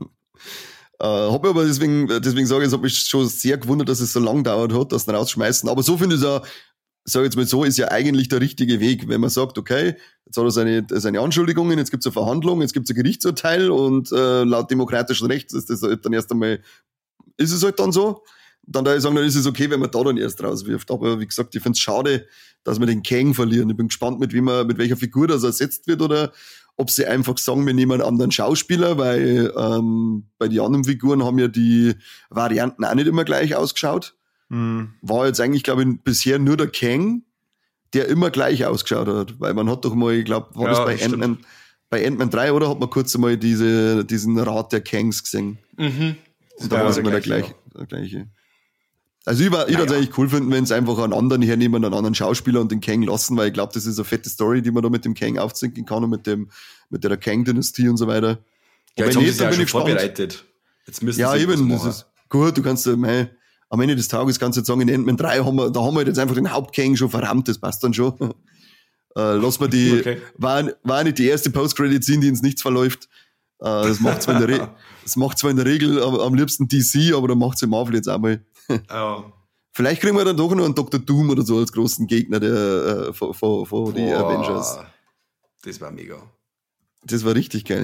Äh, hab ich aber deswegen, deswegen sage ich, es hat mich schon sehr gewundert, dass es so lang dauert hat, das dann rausschmeißen. Aber so finde ich es auch, sag jetzt mal so, ist ja eigentlich der richtige Weg, wenn man sagt, okay, jetzt hat er seine, seine Anschuldigungen, jetzt gibt's eine Verhandlung, jetzt gibt's ein Gerichtsurteil und äh, laut demokratischen Rechts ist das halt dann erst einmal, ist es halt dann so. Dann da ich sagen, dann ist es okay, wenn man da dann erst rauswirft. Aber wie gesagt, ich finde es schade, dass wir den Kang verlieren. Ich bin gespannt, mit wie man, mit welcher Figur das ersetzt wird oder ob sie einfach sagen, wir nehmen einen anderen Schauspieler, weil ähm, bei den anderen Figuren haben ja die Varianten auch nicht immer gleich ausgeschaut. Hm. War jetzt eigentlich, glaube ich, bisher nur der Kang, der immer gleich ausgeschaut hat. Weil man hat doch mal, ich glaube, war Ja, das bei stimmt. Ant-Man, bei Ant-Man drei, oder? Hat man kurz einmal diese, diesen Rat der Kangs gesehen. Mhm. Und da Ja, war es der immer der gleiche, gleiche. Der gleiche. Also ich, war- ich würde es Naja. eigentlich cool finden, wenn es einfach einen anderen hernehmen, einen anderen Schauspieler und den Kang lassen, weil ich glaube, das ist eine fette Story, die man da mit dem Kang aufzinken kann und mit dem, mit der Kang-Dynastie und so weiter. Ja, Und jetzt wenn haben sie nicht, es ja dann bin schon ich gespannt. vorbereitet. Jetzt müssen Ja, sie eben, was das machen. ist gut, du kannst, äh, mei, am Ende des Tages kannst du jetzt sagen, in Ant-Man drei haben wir, da haben wir jetzt einfach den Hauptkang schon verrammt, das passt dann schon. äh, lass mal die, Okay. war, war nicht die erste Post-Credit-Scene, die ins Nichts verläuft. Äh, das macht zwar in der, Re- das macht zwar in der Regel am, am liebsten D C, aber da macht's im Marvel jetzt auch mal. Ja. Vielleicht kriegen wir dann doch noch einen Doktor Doom oder so als großen Gegner der, äh, von, von, von die Boah, Avengers. Das war mega. Das war richtig geil.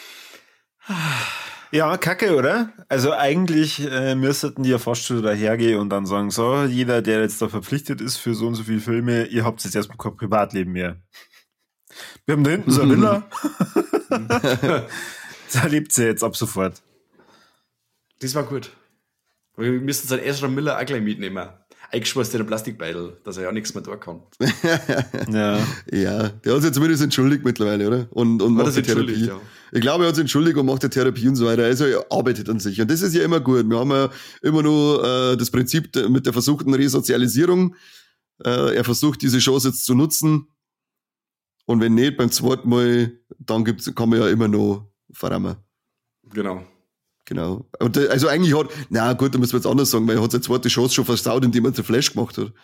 Ja, kacke, oder? Also eigentlich äh, müssten die ja fast schon dahergehen und dann sagen, so, jeder, der jetzt da verpflichtet ist für so und so viele Filme, ihr habt jetzt erstmal kein Privatleben mehr. Wir haben da hinten so eine Villa. Da lebt sie jetzt ab sofort. Das war gut. Wir müssen seinen Ezra Miller auch gleich mitnehmen. Eingeschweißt in den Plastikbeutel, dass er ja nichts mehr tun kann. Ja. Ja, der hat sich zumindest entschuldigt mittlerweile, oder? Und, und Hat macht er die sich Therapie. entschuldigt, ja. Ich glaube, er hat sich entschuldigt und macht die Therapie und so weiter. Also er arbeitet an sich. Und das ist ja immer gut. Wir haben ja immer nur äh, das Prinzip de- mit der versuchten Resozialisierung. Äh, er versucht, diese Chance jetzt zu nutzen. Und wenn nicht, beim zweiten Mal, dann gibt's, kann man ja immer noch verrammen. Genau. Genau. Und der, also eigentlich hat, na gut, da müssen wir jetzt anders sagen, weil er hat seine zweite Chance schon versaut, indem er den Flash gemacht hat.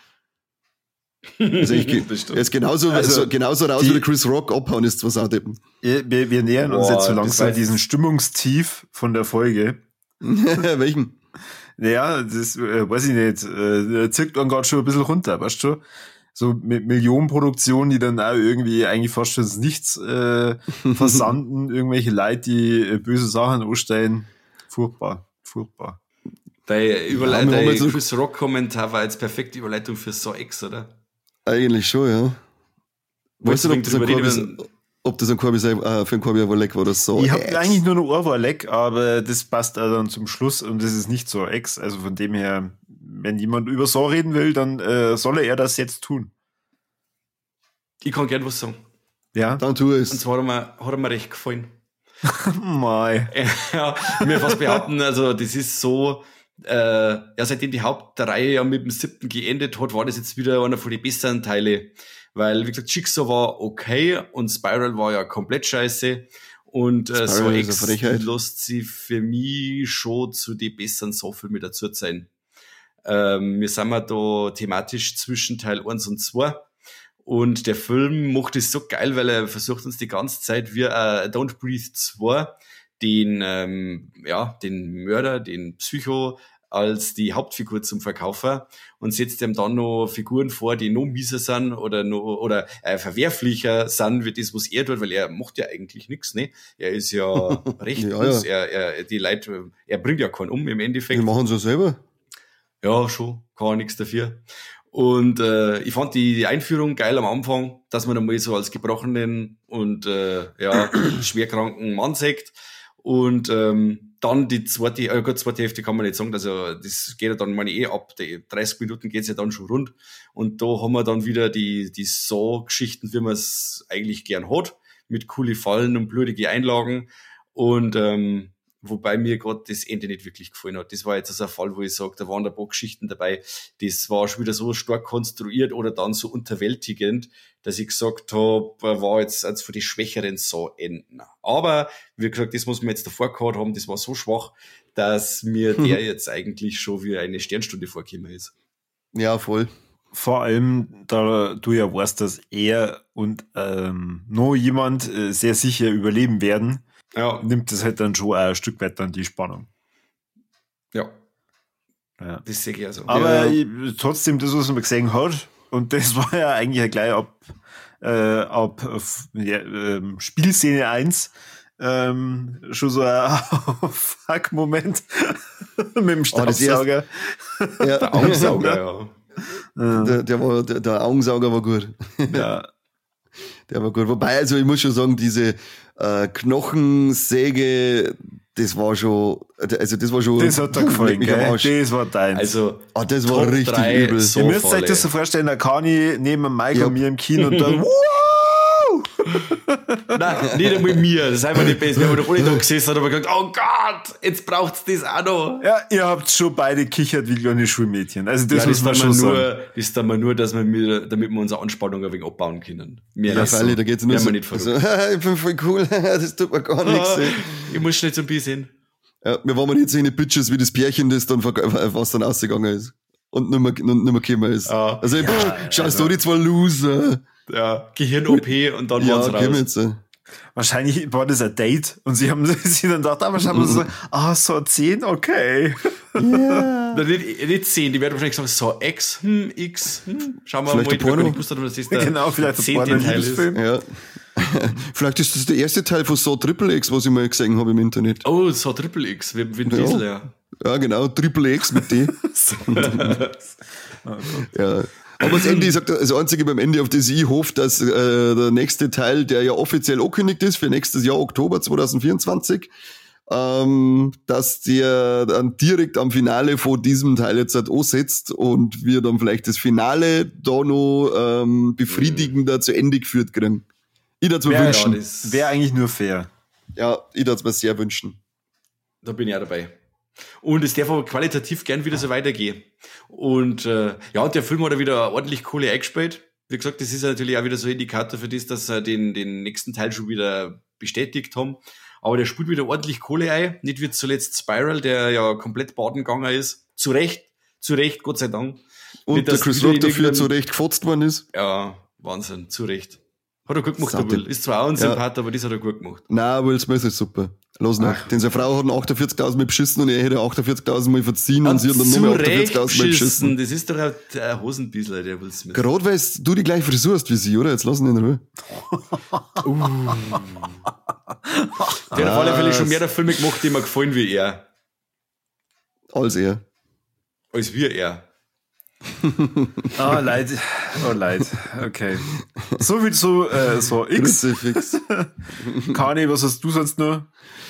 Also ich, Das stimmt. er ist genauso, Also, so, genauso raus die- wie der Chris Rock abhauen ist, was auch deppen. Wir, wir nähern uns Boah, jetzt so das langsam weiß- diesem Stimmungstief von der Folge. Welchen? Naja, das äh, weiß ich nicht. Äh, zirkt man gerade schon ein bisschen runter, weißt du? So mit Millionenproduktionen, die dann auch irgendwie eigentlich fast schon ins Nichts äh, versanden. Irgendwelche Leute, die äh, böse Sachen anstellen. Furchtbar, furchtbar. Dein, Ja, Überle wir haben dein jetzt so- Chris Rock-Kommentar war jetzt perfekte Überleitung für Saw X, oder? Eigentlich schon, ja. Weißt du, ob das ein drüber Corby, reden, ob das ein Corby, äh, für ein Corby aber leck war oder so? ich habe Ex. eigentlich nur eine Ohrwurleck, aber das passt auch dann zum Schluss und das ist nicht so ex. Also von dem her, wenn jemand über so reden will, dann äh, solle er das jetzt tun. Ich kann gern was sagen. Ja? Dann tu Und es. zwar hat er mir, hat er mir recht gefallen. Mai. Ja, ich mir fast behaupten, also das ist so, äh, ja, seitdem die Hauptreihe ja mit dem siebten geendet hat, war das jetzt wieder einer von den besseren Teile. Weil, wie gesagt, Jigsaw war okay und Spiral war ja komplett scheiße. Und äh, so Spiral ist X eine Frechheit. lässt sie für mich schon zu den besseren Saw-Filmen dazu sein. Ähm, wir sind ja da thematisch zwischen Teil eins und zwei. Und der Film macht es so geil, weil er versucht uns die ganze Zeit wie äh, Don't Breathe zwei den, ähm, ja, den Mörder, den Psycho als die Hauptfigur zum Verkaufen und setzt ihm dann noch Figuren vor, die noch mieser sind oder noch, oder äh, verwerflicher sind wie das, was er tut, weil er macht ja eigentlich nichts, ne? Er ist ja rechtlos, Ja, Er, er, die Leute, er bringt ja keinen um im Endeffekt. Wir machen es ja selber. Ja, schon, kann er nichts dafür. Und äh, ich fand die, die Einführung geil am Anfang, dass man einmal so als gebrochenen und äh, ja, schwerkranken Mann sagt. Und ähm, dann die zweite, äh, gut, zweite Hälfte kann man nicht sagen, also das geht ja dann, meine ich, eh ab die dreißig Minuten geht's ja dann schon rund. Und da haben wir dann wieder die, die Saw-Geschichten, wie man es eigentlich gern hat, mit coole Fallen und blutige Einlagen. Und ähm, wobei mir gerade das Ende nicht wirklich gefallen hat. Das war jetzt also ein Fall, wo ich sage, da waren ein paar Geschichten dabei, das war schon wieder so stark konstruiert oder dann so unterwältigend, dass ich gesagt habe, war jetzt als für die schwächeren Saw-Enden. Aber, wie gesagt, das, was wir jetzt davor gehabt haben, das war so schwach, dass mir Hm. der jetzt eigentlich schon wie eine Sternstunde vorgekommen ist. Ja, voll. Vor allem, da du ja weißt, dass er und ähm, noch jemand äh, sehr sicher überleben werden, Ja, nimmt das halt dann schon auch ein Stück weit dann die Spannung. ja, Ja. das sehe ich also. Aber Ja. ich, trotzdem, das, was man gesehen hat, und das war ja eigentlich gleich ab, äh, ab ja, ähm, Spielszene eins ähm, schon so ein Fuck-Moment mit dem Oh, das Staubsauger. Ja, Der Augensauger, ja. Ja. der, der, war, der, der Augensauger war gut. Ja. Der war gut. Wobei, also ich muss schon sagen, diese äh, Knochensäge, das war schon, also das war schon. Das hat dir gefallen, mich am gell? Arsch. Das war deins. Also, Ah, das war Top richtig drei übel. so- Ihr müsst euch Falle. das so vorstellen, der Kani neben dem Mike Ja. und mir im Kino und dann, wow! nein, nicht einmal mir, das ist einfach nicht besser. Wir haben doch alle da gesessen und haben gesagt, oh Gott, jetzt braucht's das auch noch. Ja, ihr habt schon beide kichert wie kleine Schulmädchen. Also das Ja, muss das man tun schon wir sagen. nur, das tun wir nur, dass wir mir, damit wir unsere Anspannung ein wenig abbauen können. Mehr Ja, nicht freilich, da geht's nur Werden so, wir nicht verrückt. so, ich bin voll cool, das tut mir gar nichts. Ah, ey. ich muss schnell zum Bisschen. Ja, wir waren jetzt in die Bitches wie das Pärchen, das dann, verg- was dann ausgegangen ist. Und nicht mehr, und nicht mehr gekommen ist. Ah. Also, ja, pff, schaust du die zwei Loser. Ja, Gehirn-O P und dann Ja, waren's komm raus. jetzt. äh. Wahrscheinlich war das ein Date und sie haben sich dann gedacht, aber schauen wir so, ah, so zehn, okay. Ja. Na, nicht, nicht zehn, die werden wahrscheinlich sagen, so X, hm, X, hm. Schauen wir Vielleicht mal, ein Porno. ich nicht gewusst, habe, dass das der Genau, vielleicht ein zehnte Teil ist. Porno-Liebesfilm. Ja. Vielleicht ist das der erste Teil von Saw Triple X, was ich mal gesehen habe im Internet. Oh, so Triple X, wie Vin Ja. Diesel, ja. Ja, genau, Triple X mit D. Ja. Aber das Ende, ich sag, das Einzige beim Ende, auf das ich hoffe, dass äh, der nächste Teil, der ja offiziell angekündigt ist für nächstes Jahr, Oktober zwanzig vierundzwanzig, ähm, dass der dann direkt am Finale von diesem Teil jetzt halt ansetzt und wir dann vielleicht das Finale da noch ähm, befriedigender zu Ende geführt kriegen. Ich würde es mir Ja, wünschen. Ja, das, Wäre eigentlich nur fair. Ja, ich würde es mir sehr wünschen. da bin ich auch dabei. Und es darf aber qualitativ gern wieder so weitergehen. Und äh, ja, und der Film hat ja wieder ordentlich Kohle eingespielt. Wie gesagt, das ist ja natürlich auch wieder so ein Indikator für das, dass sie den, den nächsten Teil schon wieder bestätigt haben. Aber der spielt wieder ordentlich Kohle ein. Nicht wie zuletzt Spiral, der ja komplett baden gegangen ist. Zu Recht, zu Recht, Gott sei Dank. Und Nicht, der dass Chris wieder Rock in dafür irgendeinem- zu Recht gefotzt worden ist. Ja, Wahnsinn, zu Recht. Hat er gut gemacht, der Satte. Will. Ist zwar auch ein Ja. Sympath, aber das hat er gut gemacht. Nein, Will Smith ist super. Los noch. Denn seine Frau hat ihn achtundvierzigtausend Mal beschissen und er hätte achtundvierzigtausend Mal verziehen und sie hat dann zu nochmal Recht achtundvierzigtausend Mal beschissen. beschissen. Das ist doch ein, ein Hosenbiesler, der Will Smith. Gerade weil du die gleiche Frisur hast wie sie, oder? Jetzt lass ihn in Ruhe. Der hat auf alle Fälle schon mehr der Filme gemacht, die mir gefallen wie er. Als er. Als wir er. Oh, leid. Oh, leid. Okay. So viel zu äh, so X. Crucifix. Kani, was hast du sonst noch?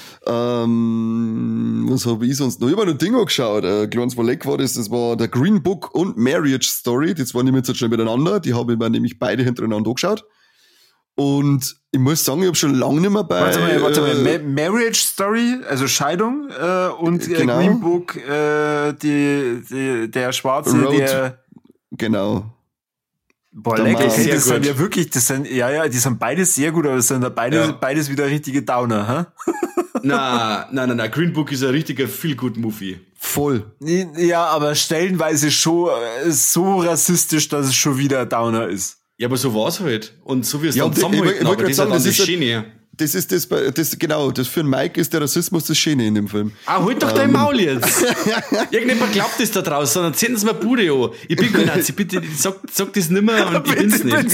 ähm, was habe ich sonst noch? Ich habe noch ein Ding angeschaut. Ein kleines Verleck war das. Das war der Green Book und Marriage Story. Die zwei nehmen jetzt schnell miteinander. Die habe ich mir nämlich beide hintereinander angeschaut. Und ich muss sagen, ich habe schon lange nicht mehr bei... Warte mal, warte mal. äh, Ma Marriage Story, also Scheidung äh, und äh, Genau. Green Book, äh, die, die, der Schwarze, Road. der... Genau. Boah, Der lecker, Mann. hey, Sehr das sind gut. ja wirklich, das sind, ja, ja, die sind beides sehr gut, aber das sind ja beides, Ja. beides wieder richtige Downer, hä? Na, nein, nein, nein. Green Book ist ein richtiger Feel-Good-Movie. Voll. Ja, aber stellenweise schon äh, so rassistisch, dass es schon wieder ein Downer ist. Ja, aber so war's halt. Und so wie es Ja, dann und ich- ich zusammenhalten, wollte aber grad das ist ja sagen, dann das das ist ja- Schöne. Das ist das, bei- das, genau, das für den Mike ist der Rassismus das Schöne in dem Film. Ah, halt doch Ähm. dein Maul jetzt. Irgendjemand glaubt das da draußen, sondern zählen Sie mir Bude an. Ich bin kein Nazi, bitte, sag, sag das nimmer und ich bin's nicht.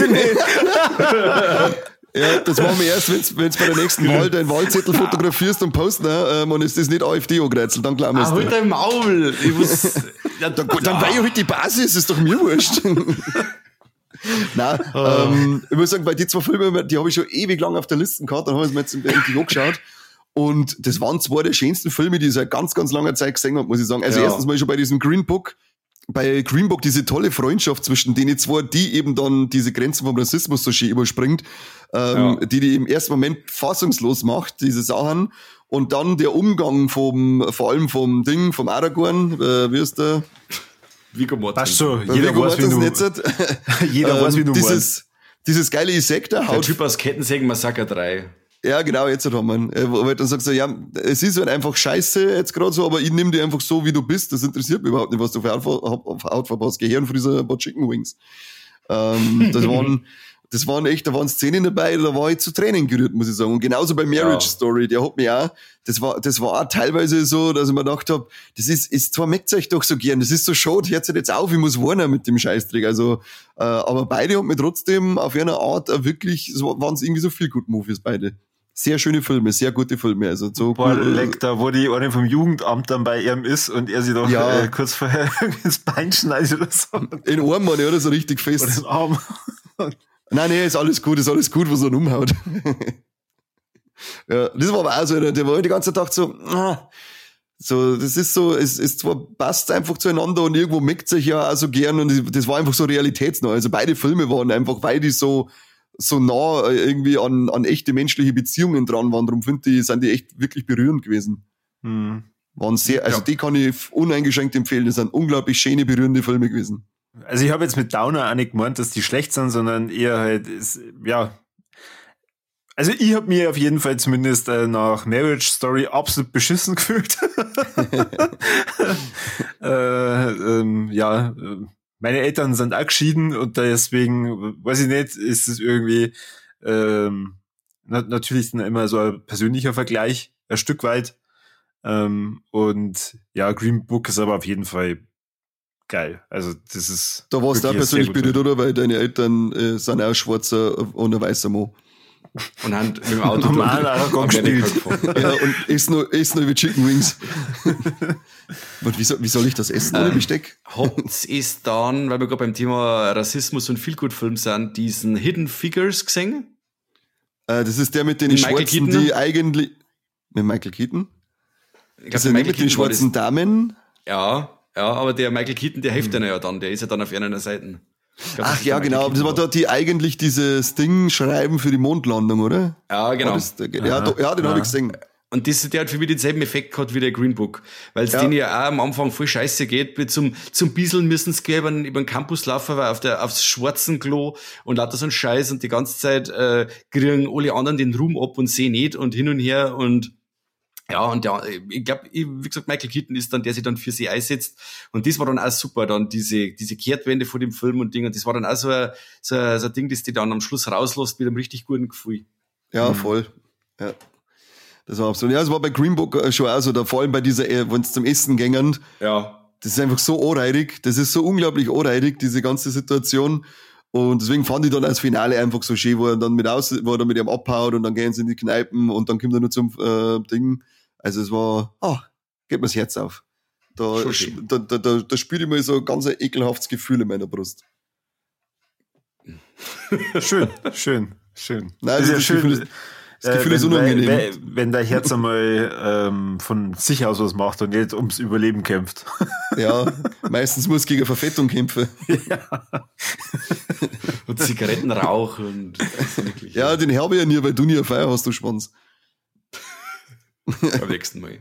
Ja, das machen wir erst, wenn's, wenn's bei der nächsten Wahl deinen Wahlzettel fotografierst und postest, ne, ähm, und es ist nicht AfD angekreuzelt, dann glauben wir Ah, es halt dir. dein Maul. Ich muss, ja, Dann, dann war ja halt die Basis, ist doch mir wurscht. Nein, ähm, ich muss sagen, bei die zwei Filme, die habe ich schon ewig lang auf der Liste gehabt, dann haben wir es mir jetzt endlich angeschaut. Und das waren zwei der schönsten Filme, die ich seit ganz, ganz langer Zeit gesehen habe, muss ich sagen. Also Ja. erstens mal schon bei diesem Green Book, bei Green Book diese tolle Freundschaft zwischen denen zwei, die eben dann diese Grenzen vom Rassismus so schön überspringt, ähm, Ja. die die im ersten Moment fassungslos macht, diese Sachen. Und dann der Umgang vom, vor allem vom Ding, vom Aragorn, äh, wie ist der? Viggo Passt Mortensen. schon, jeder Viggo weiß, wie du, Mortensen jetzt. jeder weiß, wie du meinst. dieses, dieses geile Insekt, der Der haut Typ aus Kettensägen Massaker drei. ja, genau, jetzt haben wir ihn. Äh, Wo halt dann sagst du, ja, es ist halt einfach scheiße jetzt gerade so, aber ich nehme dich einfach so, wie du bist. Das interessiert mich überhaupt nicht, was du für Hautfarbe hast. Gehirn für diese paar Chicken Wings. Ähm, das waren, das waren echt, da waren Szenen dabei, da war ich zu Tränen gerührt, muss ich sagen. Und genauso bei Marriage Ja. Story, der hat mich auch, das war, das war auch teilweise so, dass ich mir gedacht habe, das ist, ist zwar merkt euch doch so gern, das ist so schade, hört sich jetzt auf, ich muss warnen mit dem Scheißdreck. Also, äh, aber beide haben mir trotzdem auf eine Art äh, wirklich, so waren es irgendwie so viel gut Movies, beide. Sehr schöne Filme, sehr gute Filme. Also so Boah, cool. leck, da, wo die eine vom Jugendamt dann bei ihm ist und er sie doch Ja. äh, kurz vorher ins Bein schneidet oder so. In einem Mann, oder so richtig Oder fest. den Arm. Nein, nee, ist alles gut, ist alles gut, was er umhaut. Ja, das war aber auch so, einer, der war die ganze Tag so, ah, so, das ist so, es, es zwar passt einfach zueinander und irgendwo meckt sich ja auch so gern und das war einfach so realitätsnah. Also beide Filme waren einfach, weil die so, so nah irgendwie an, an echte menschliche Beziehungen dran waren. Darum finde ich, sind die echt wirklich berührend gewesen. Hm. Waren sehr, also Ja. die kann ich uneingeschränkt empfehlen. Das sind unglaublich schöne, berührende Filme gewesen. Also ich habe jetzt mit Downer auch nicht gemeint, dass die schlecht sind, sondern eher halt, ist, ja. Also ich habe mir auf jeden Fall zumindest äh, nach Marriage Story absolut beschissen gefühlt. äh, ähm, ja, äh, meine Eltern sind auch geschieden und deswegen, weiß ich nicht, ist es irgendwie ähm, na, natürlich dann immer so ein persönlicher Vergleich, ein Stück weit. Ähm, und ja, Green Book ist aber auf jeden Fall geil. Also das ist. Da warst du auch wirklich ein sehr persönlich guter- berührt, oder? Weil deine Eltern äh, sind auch schwarzer und ein weißer Mo. Und haben mit dem Auto Normal durch Aragorn Amerika gespielt. gefahren. Ja, und essen nur, essen nur wie Chicken Wings. Und wie soll, wie soll ich das essen ohne Besteck? Habt ist dann, weil wir gerade beim Thema Rassismus und Feelgood-Film sind, diesen Hidden Figures gesehen? Äh, das ist der mit den Mit Michael Schwarzen, Keaton? die eigentlich... Mit Michael Keaton? Ich Das glaub, ist ja der nicht mit den Keaton war das- schwarzen Damen. Ja, ja, aber der Michael Keaton, der hilft einer ja dann, der ist ja dann auf einer Seite. Ich glaub, das Ach ist ja, der Michael genau. Das war Keaton da, die eigentlich dieses Ding schreiben für die Mondlandung, oder? Ja, genau. War das der, ja, da, ja, den habe ich gesehen. Und das, der hat für mich denselben Effekt gehabt wie der Green Book. Weil es Ja. denen ja auch am Anfang voll scheiße geht. Mit Zum, zum Bieseln müssen sie gleich über, den- über den Campus laufen, weil auf der, aufs schwarzen Klo und lauter so ein Scheiß und die ganze Zeit, äh, kriegen alle anderen den Ruhm ab und sehen nicht und hin und her und, ja, und ja, ich glaube, wie gesagt, Michael Keaton ist dann, der sich dann für sie einsetzt. Und das war dann auch super, dann diese, diese Kehrtwende von dem Film und Ding. Und das war dann auch so ein, so ein, so ein Ding, das die dann am Schluss rauslässt mit einem richtig guten Gefühl. Ja, voll. Ja. Das war absolut. Ja, das war bei Green Book äh, schon auch so, da vor allem bei dieser, äh, wenn es zum Essen gängern, Ja. das ist einfach so anreidig, das ist so unglaublich anreidig, diese ganze Situation. Und deswegen fand ich dann das Finale einfach so schön, wo er dann mit aus, wo er dann mit ihm abhaut und dann gehen sie in die Kneipen und dann kommt er nur zum äh, Ding. Also es war, ah, geht mir das Herz auf. Da, Schon schön. da, da, da, da spüre ich mal so ein ganz ein ekelhaftes Gefühl in meiner Brust. Schön, schön, schön. Nein, Ist das, Gefühl ist, das Gefühl äh, ist wenn, unangenehm. Wenn, wenn dein Herz einmal ähm, von sich aus was macht und nicht ums Überleben kämpft. Ja, meistens muss gegen Verfettung kämpfen. Und Zigarettenrauch und das ist wirklich Ja, den habe ich ja nie, weil du nie eine Feier hast, du Schwanz. beim nächsten Mal.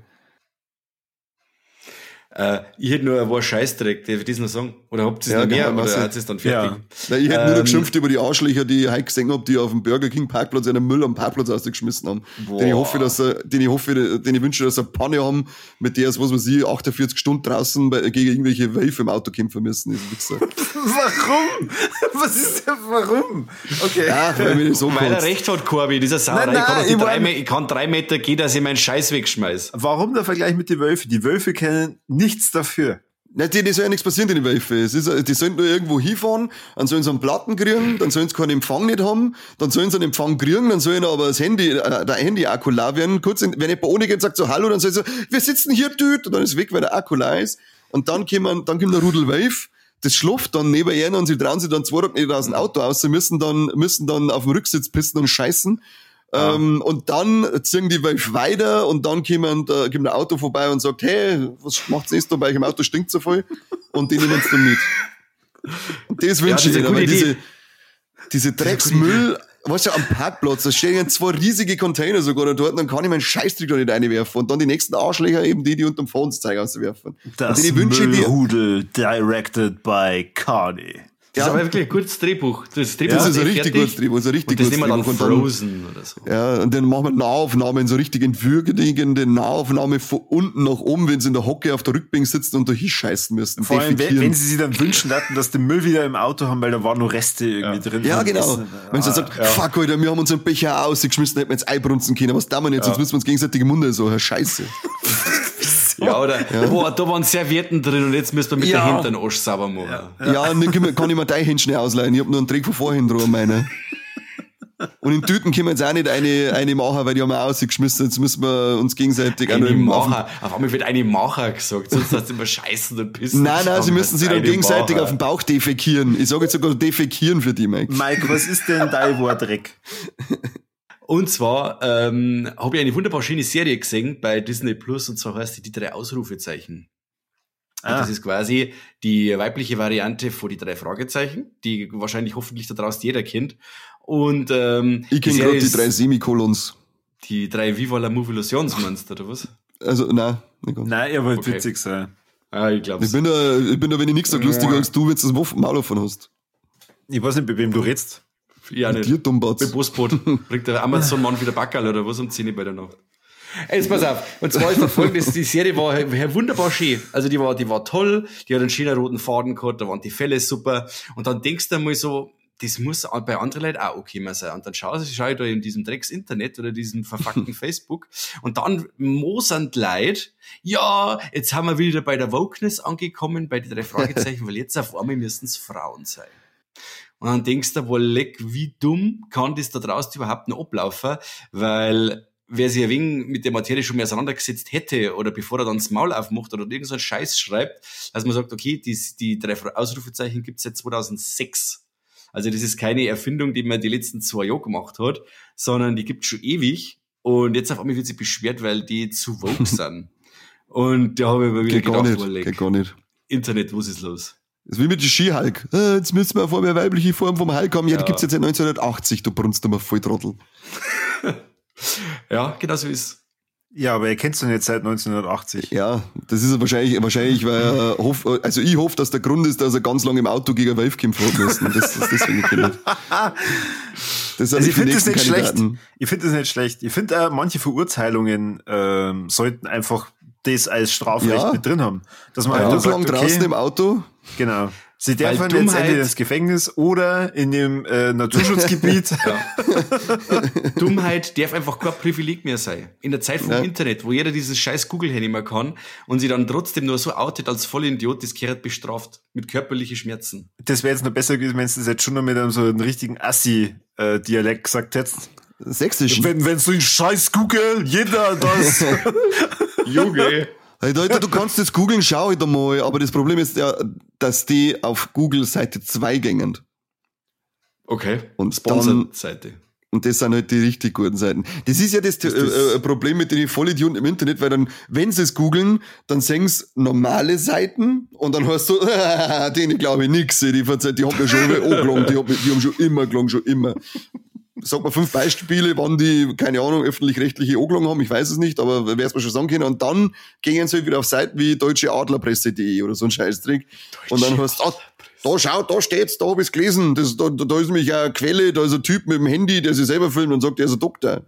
Äh, ich hätte nur ein paar Scheißdreck, darf ich das noch sagen? Oder habt ihr es Ja, noch mehr? kann man Oder sagen. hat es dann fertig? Ja. Nein, ich hätte nur noch Ähm, geschimpft über die Arschlöcher, die ich heute gesehen habe, die auf dem Burger King Parkplatz einen Müll am Parkplatz ausgeschmissen haben. Boah. Den ich hoffe, dass sie, den ich hoffe, den ich wünsche, dass sie eine Panne haben, mit der es, was weiß ich, achtundvierzig Stunden draußen bei, gegen irgendwelche Wölfe im Auto kämpfen müssen. Das ist Wichser. Warum? Was ist denn, warum? Okay. Ja, weil mir das so Weil er kotzt. recht hat, Corby, dieser Sauerei. Nein, nein, ich, kann doch die ich drei, mein- Me- ich kann drei Meter gehen, dass ich meinen Scheiß wegschmeiß. Warum der Vergleich mit den Wölfen? Die Wölfe kennen nichts dafür. Nein, die, die soll ja nichts passieren, den Wölfe. Es ist, die sollen nur irgendwo hinfahren, dann sollen sie einen Platten kriegen, dann sollen sie keinen Empfang nicht haben, dann sollen sie einen Empfang kriegen, dann sollen aber das Handy, äh, der Handy-Akku leer werden. Kurz, in, wenn jemand ohne geht und sagt so, hallo, dann soll sie so, wir sitzen hier, Tüt, und dann ist weg, weil der Akku leer ist. Und dann kommt, dann kommt der Rudel Wölf, das schlaft dann neben ihnen und sie trauen sich dann zwei Tage nicht aus dem Auto aus, sie müssen dann, müssen dann auf dem Rücksitz pissen und scheißen. Ah. Ähm, und dann ziehen die weiter und dann kommt, äh, kommt ein Auto vorbei und sagt, hey, was macht's jetzt da bei euch im Auto, stinkt so voll? Und die nehmen es dann mit. Und das wünsche ja, ich mir, diese, diese Drecksmüll, weißt du, am Parkplatz, da stehen zwei riesige Container sogar dort, und dann kann ich meinen Scheißdreck da nicht reinwerfen. Und dann die nächsten Arschlöcher eben die, die unterm Phones-Zeiger auswerfen. Das Müllrudel directed by Cardi. Das ja. ist aber wirklich ein gutes Drehbuch. Das, Drehbuch das ist ein richtig gutes Drehbuch. Das ist ein richtig und das gutes nehmen wir Drehbuch. dann Frozen oder so. Ja, und dann machen wir Nahaufnahmen, so richtig entwürdigende Nahaufnahme von unten nach oben, wenn sie in der Hocke auf der Rückbank sitzen und da hinscheißen müssen. Vor allem, wenn, wenn sie sich dann wünschen hatten, dass die Müll wieder im Auto haben, weil da waren noch Reste irgendwie ja. drin. Ja, genau. Essen. Wenn sie dann sagt, ja. fuck, Alter, wir haben unseren Becher ausgeschmissen, hätten wir jetzt einbrunzen können. Was tun wir jetzt? Ja. Jetzt müssen wir uns gegenseitig im Munde so, Scheiße. Ja, oder? Ja. Boah, da waren Servietten drin und jetzt müssen wir mit ja. der Hintern Arsch sauber machen. Ja, ja. ja und dann kann ich mir dein Händchen ausleihen. Ich hab nur einen Dreck von vorhin dran, meine. Und in Tüten können wir jetzt auch nicht eine, eine machen, weil die haben wir ausgeschmissen. Jetzt müssen wir uns gegenseitig eine Macher. Auf einmal wird eine Macher gesagt, sonst hast du immer scheißen und pissen. Nein, nein, sie müssen sich dann gegenseitig Macher. Auf den Bauch defekieren. Ich sage jetzt sogar defekieren für die, Mike. Mike, was ist denn dein Wortdreck? Und zwar ähm, habe ich eine wunderbar schöne Serie gesehen bei Disney Plus, und zwar heißt die Die drei Ausrufezeichen. Ah. Das ist quasi die weibliche Variante von die drei Fragezeichen, die wahrscheinlich hoffentlich da draußen jeder kennt. Und ähm, ich kenne gerade die drei Semikolons. Die drei Viva la Movilusions meinst du, oder was? Also, nein. Nicht nein, er wollte okay. witzig sein. Ah, ich glaube ich bin da, ich bin da, wenn ich nichts sage, lustiger als du, wenn du das Maul davon hast. Ich weiß nicht, bei wem du redest. Ja, nicht. Dir, Dummbatz. Mit Busboot. Bringt der Amazon-Mann wieder Backerl oder was um zehn bei der Nacht. Jetzt pass auf. Und zwar ist das folgendes, die Serie war wunderbar schön. Also die war, die war toll, die hat einen schönen roten Faden gehabt, da waren die Fälle super. Und dann denkst du einmal so, das muss bei anderen Leuten auch okay mal sein. Und dann schaue ich, schau ich da in diesem Drecks-Internet oder diesem verfuckten Facebook und dann mosern die Leute, ja, jetzt haben wir wieder bei der Wokeness angekommen, bei den drei Fragezeichen, weil jetzt auf einmal müssten es Frauen sein. Und dann denkst du, wohl leck, wie dumm kann das da draußen überhaupt noch ablaufen, weil wer sich ein wenig mit der Materie schon mehr auseinandergesetzt hätte oder bevor er dann das Maul aufmacht oder irgend so einen Scheiß schreibt, dass man sagt, okay, die, die drei Ausrufezeichen gibt's seit zweitausendsechs. Also das ist keine Erfindung, die man die letzten zwei Jahre gemacht hat, sondern die gibt's schon ewig und jetzt auf einmal wird sich beschwert, weil die zu woke sind. Und da habe ich mir wieder geht gedacht, gar nicht, wohl leck, geht gar nicht. Internet, was ist los? Das ist wie mit dem Ski-Hulk. Ah, jetzt müssen wir auf eine weibliche Form vom Hulk haben. Ja, ja. Die gibt's jetzt seit neunzehnhundertachtzig, du brunst immer voll Trottel. Ja, genau so ist. Ja, aber ihr kennt es doch jetzt seit neunzehnhundertachtzig. Ja, das ist wahrscheinlich, wahrscheinlich, weil er hoff, also ich hoffe, dass der Grund ist, dass er ganz lange im Auto gegen eine Wave kämpfen hat müssen. Das ist deswegen nicht. Das also ich finde das nicht schlecht. Ich finde das nicht schlecht. Ich finde, äh, manche Verurteilungen ähm, sollten einfach das als Strafrecht ja. mit drin haben. Dass man ja, einfach sagt, lang okay, draußen im Auto. Genau. Sie dürfen jetzt entweder ins Gefängnis oder in dem äh, Naturschutzgebiet. Dummheit darf einfach kein Privileg mehr sein. In der Zeit vom ja. Internet, wo jeder dieses scheiß Google-Handy mehr kann und sie dann trotzdem nur so outet als Vollidiot, das gehört bestraft. Mit körperlichen Schmerzen. Das wäre jetzt noch besser gewesen, wenn du das jetzt schon noch mit einem so einem richtigen Assi-Dialekt gesagt hättest. Sächsisch. Wenn, wenn so ein scheiß Google, jeder das. Junge. Hey Leute, du kannst das googeln, schau ich da mal, aber das Problem ist ja, dass die auf Google Seite zwei gängen. Okay. Und Sponsor-Seite. Und das sind halt die richtig guten Seiten. Das ist ja das, das äh, Problem mit den Vollidioten im Internet, weil dann, wenn sie es googeln, dann sehen sie normale Seiten und dann hörst du, äh, denen glaube ich nix, die, die haben ja schon angelangen, die, haben, die haben schon immer gelangen, schon immer. Sag mal fünf Beispiele, wann die, keine Ahnung, öffentlich-rechtliche angelangen haben, ich weiß es nicht, aber wer es mir schon sagen können. Und dann gehen sie halt wieder auf Seiten wie deutsche Adlerpresse punkt de oder so ein Scheißtrick. Deutsche und dann hast du, ah, da schau, da steht's, da hab ich's gelesen, das, da, da ist nämlich eine Quelle, da ist ein Typ mit dem Handy, der sich selber filmt und sagt, er ist ein Doktor.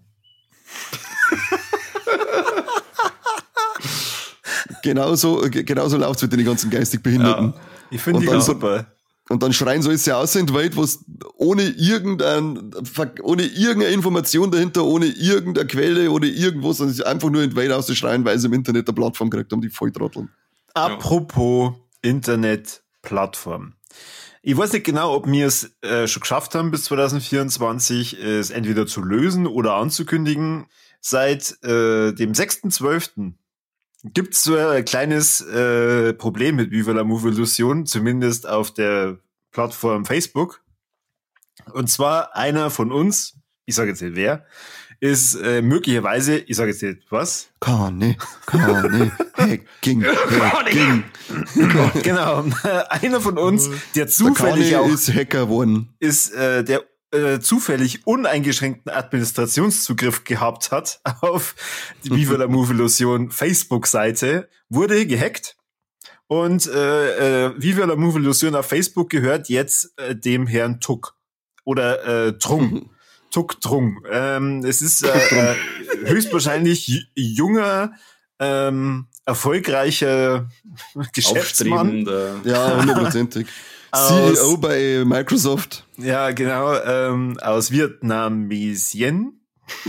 genauso, genauso läuft's mit den ganzen geistig Behinderten. Ja, ich finde die ganz super. Und dann schreien so, ist ja aus in die Welt, was ohne irgendein, ohne irgendeine Information dahinter, ohne irgendeine Quelle oder irgendwas, sondern einfach nur in die Welt auszuschreien, weil sie im Internet eine Plattform gekriegt haben, die voll trotteln. Apropos ja. Internetplattform. Ich weiß nicht genau, ob wir es äh, schon geschafft haben, bis zwanzig vierundzwanzig es entweder zu lösen oder anzukündigen. Seit äh, dem sechsten zwölften gibt es so ein kleines äh, Problem mit Viva la Movilusion, zumindest auf der Plattform Facebook. Und zwar einer von uns, ich sage jetzt nicht wer, ist äh, möglicherweise, ich sage jetzt nicht was. Kanye, Kanye, Hacking, Hacking. Genau, einer von uns, der Der zufällig Kanye auch ist Hacker geworden. ist, äh, der äh, zufällig uneingeschränkten Administrationszugriff gehabt hat auf die Viva la Move Illusion Facebook-Seite, wurde gehackt. Und äh, äh, Viva la Move Illusion auf Facebook gehört jetzt äh, dem Herrn Tuck. Oder äh, Trung. Tuck Trung. Ähm, es ist äh, äh, höchstwahrscheinlich j- junger, ähm, erfolgreicher Geschäftsmann. Aufstrebender. Ja, hundertprozentig. Aus- C E O bei Microsoft. Ja, genau. Ähm, aus Vietnamesien.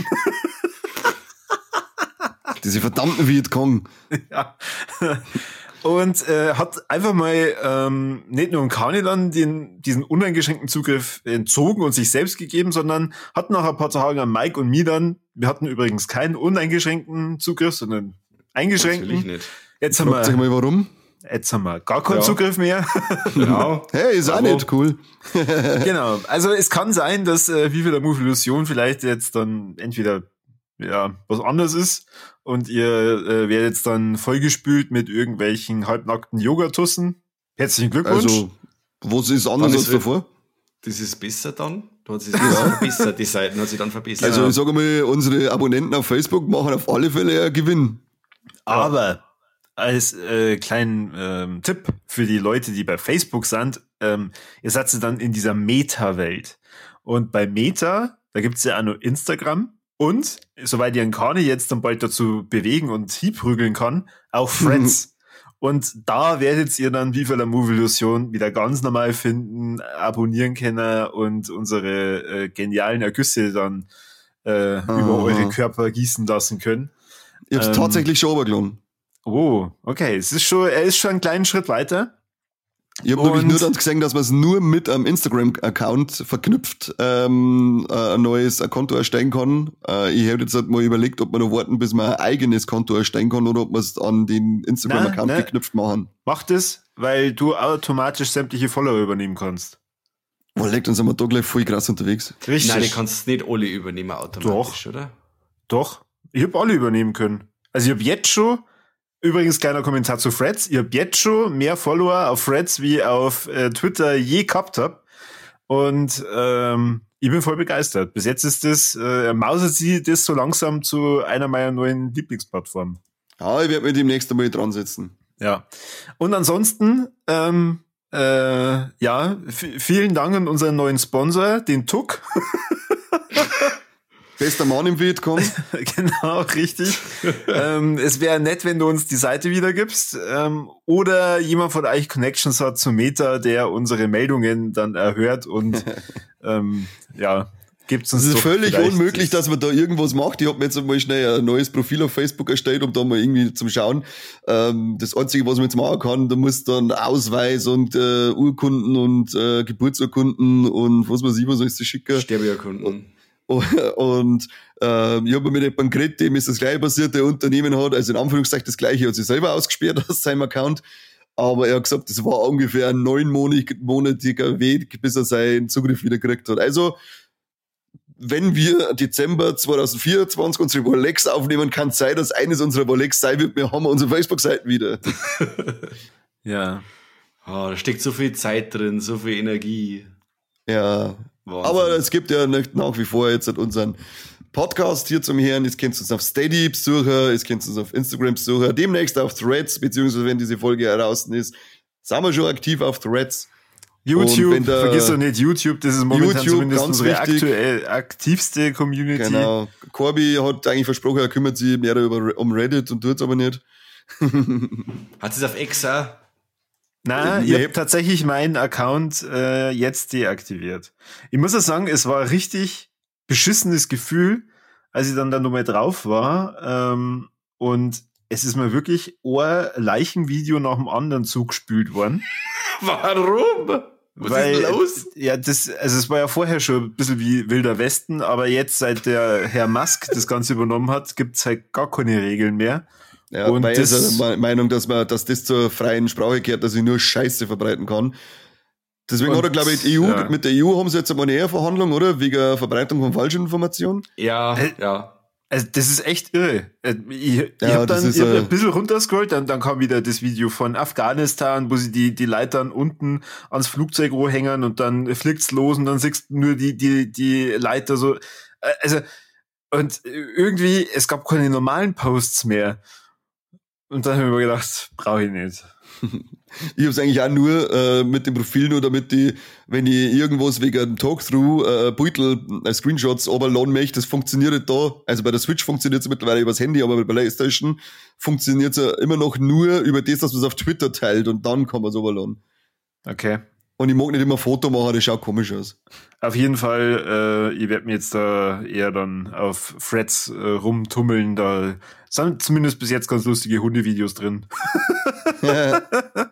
Diese verdammten Vietcong. Ja. Und äh, hat einfach mal ähm, nicht nur Kanilan den diesen uneingeschränkten Zugriff entzogen und sich selbst gegeben, sondern hat nach ein paar Tagen an Mike und mir dann, wir hatten übrigens keinen uneingeschränkten Zugriff, sondern eingeschränkten. Natürlich nicht. Jetzt haben, Fragt sich wir, mal warum. jetzt haben wir gar keinen Ja. Zugriff mehr. Genau. Hey, ist auch Bravo. nicht cool. Genau. Also es kann sein, dass äh, Viva la Move Illusion vielleicht jetzt dann entweder ja was anderes ist und ihr äh, werdet jetzt dann vollgespült mit irgendwelchen halbnackten Yogatussen. Herzlichen Glückwunsch. Also, was ist anders Dann als ist- davor? Das ist besser dann. Da hat sich das verbessert, die Seiten hat sich dann verbessert. Also, ich sage mal, unsere Abonnenten auf Facebook machen auf alle Fälle einen Gewinn. Aber als äh, kleinen ähm, Tipp für die Leute, die bei Facebook sind, ähm, ihr seid dann in dieser Meta-Welt. Und bei Meta, da gibt's ja auch noch Instagram und, soweit ihr einen Kani jetzt dann bald dazu bewegen und hinprügeln kann, auch Threads. Und da werdet ihr dann Viva la Move Illusion wieder ganz normal finden, abonnieren können und unsere äh, genialen Ergüsse dann äh, über eure Körper gießen lassen können. Ich hab's Ähm, tatsächlich schon runtergeladen. Oh, okay. Es ist schon, er ist schon einen kleinen Schritt weiter. Ich habe nämlich Und- nur dann gesehen, dass man es nur mit einem Instagram-Account verknüpft ähm, äh, ein neues Konto erstellen kann. Äh, ich hätte jetzt halt mal überlegt, ob man noch warten, bis man ein eigenes Konto erstellen kann oder ob wir es an den Instagram-Account Nein, nein. geknüpft machen. Mach das, weil du automatisch sämtliche Follower übernehmen kannst. Wo legt uns einmal da gleich voll krass unterwegs. Richtig. Nein, die kannst nicht alle übernehmen automatisch, oder? Doch. Ich habe alle übernehmen können. Also ich habe jetzt schon, übrigens kleiner Kommentar zu Threads, ich habe jetzt schon mehr Follower auf Threads wie auf äh, Twitter je gehabt hab. Und ähm, ich bin voll begeistert. Bis jetzt ist das, äh, mausert sie das so langsam zu einer meiner neuen Lieblingsplattformen. Ja, ich werde mich demnächst einmal dran setzen. Ja. Und ansonsten, ähm, äh, ja, f- vielen Dank an unseren neuen Sponsor, den Tuck. Bester Mann im Vietcong. Genau, richtig. ähm, es wäre nett, wenn du uns die Seite wiedergibst. Ähm, oder jemand von euch Connections hat zu Meta, der unsere Meldungen dann erhört und ähm, ja, gibt's uns Es ist doch völlig vielleicht- unmöglich, dass man da irgendwas macht. Ich habe mir jetzt einmal schnell ein neues Profil auf Facebook erstellt, um da mal irgendwie zum Schauen. Ähm, das Einzige, was man jetzt machen kann, da muss dann Ausweis und äh, Urkunden und äh, Geburtsurkunden und was weiß ich, was alles zu schicken. Sterbeurkunden. Und ähm, ich habe mit jemandem geredet, dem ist das gleiche passiert, der Unternehmen hat, also in Anführungszeichen das gleiche, hat sich selber ausgesperrt aus seinem Account. Aber er hat gesagt, das war ungefähr ein neunmonatiger Weg, bis er seinen Zugriff wieder gekriegt hat. Also, wenn wir Dezember zwanzig vierundzwanzig unsere Rolex aufnehmen, kann es sein, dass eines unserer Rolex sein wird, wir haben unsere Facebook-Seiten wieder. Ja. Ah, da steckt so viel Zeit drin, so viel Energie. Ja, Wahnsinn. aber es gibt ja nicht nach wie vor jetzt unseren Podcast hier zum Hören. Jetzt könnt ihr uns auf Steady besuchen, jetzt könnt ihr uns auf Instagram besuchen, demnächst auf Threads, beziehungsweise wenn diese Folge heraus ist, sind wir schon aktiv auf Threads. Und YouTube, wenn der- vergiss doch nicht YouTube, das ist momentan YouTube, zumindest ganz unsere wichtig. aktuell aktivste Community. Genau. Corby hat eigentlich versprochen, er kümmert sich mehr über, um Reddit und tut es aber nicht. Hat es auf X auch? Na, Äh, ich nee. habe tatsächlich meinen Account äh, jetzt deaktiviert. Ich muss ja sagen, es war ein richtig beschissenes Gefühl, als ich dann da nochmal drauf war. Ähm, und es ist mir wirklich ein Leichenvideo nach dem anderen zugespült worden. Warum? Was Weil, ist denn los? Ja, das, also es war ja vorher schon ein bisschen wie Wilder Westen, aber jetzt, seit der Herr Musk das Ganze übernommen hat, gibt's halt gar keine Regeln mehr. Ja, Und weil das- ist er der Meinung, dass man, dass das zur freien Sprache gehört, dass ich nur Scheiße verbreiten kann. Deswegen Und, hat er, glaube ich, die E U, ja. mit der E U haben sie jetzt einmal eine näher Verhandlung, oder? Wegen Verbreitung von Falschinformationen. Ja, Äh, ja. Also das ist echt irre. Äh, Ich, ich Ja, habe das dann ist, ich hab äh, ein bisschen runterscrollt, dann, dann kam wieder das Video von Afghanistan, wo sie die, die Leitern unten ans Flugzeugrohr hängen und dann fliegt's los und dann siehst du nur die, die, die Leiter so. Äh, Also, und irgendwie, es gab keine normalen Posts mehr. Und dann habe ich mir gedacht, brauche ich nicht. Ich hab's eigentlich auch nur äh, mit dem Profil, nur damit die, wenn ich irgendwas wegen einem Talkthrough, äh, Beutel, äh, Screenshots runterladen möchte, das funktioniert nicht da. Also bei der Switch funktioniert es mittlerweile übers Handy, aber bei der PlayStation funktioniert es ja immer noch nur über das, dass man es auf Twitter teilt und dann kann man es runterladen. Okay. Und ich mag nicht immer ein Foto machen, das schaut komisch aus. Auf jeden Fall, äh, ich werde mir jetzt da eher dann auf Threads äh, rumtummeln. Da sind zumindest bis jetzt ganz lustige Hundevideos drin. Ja.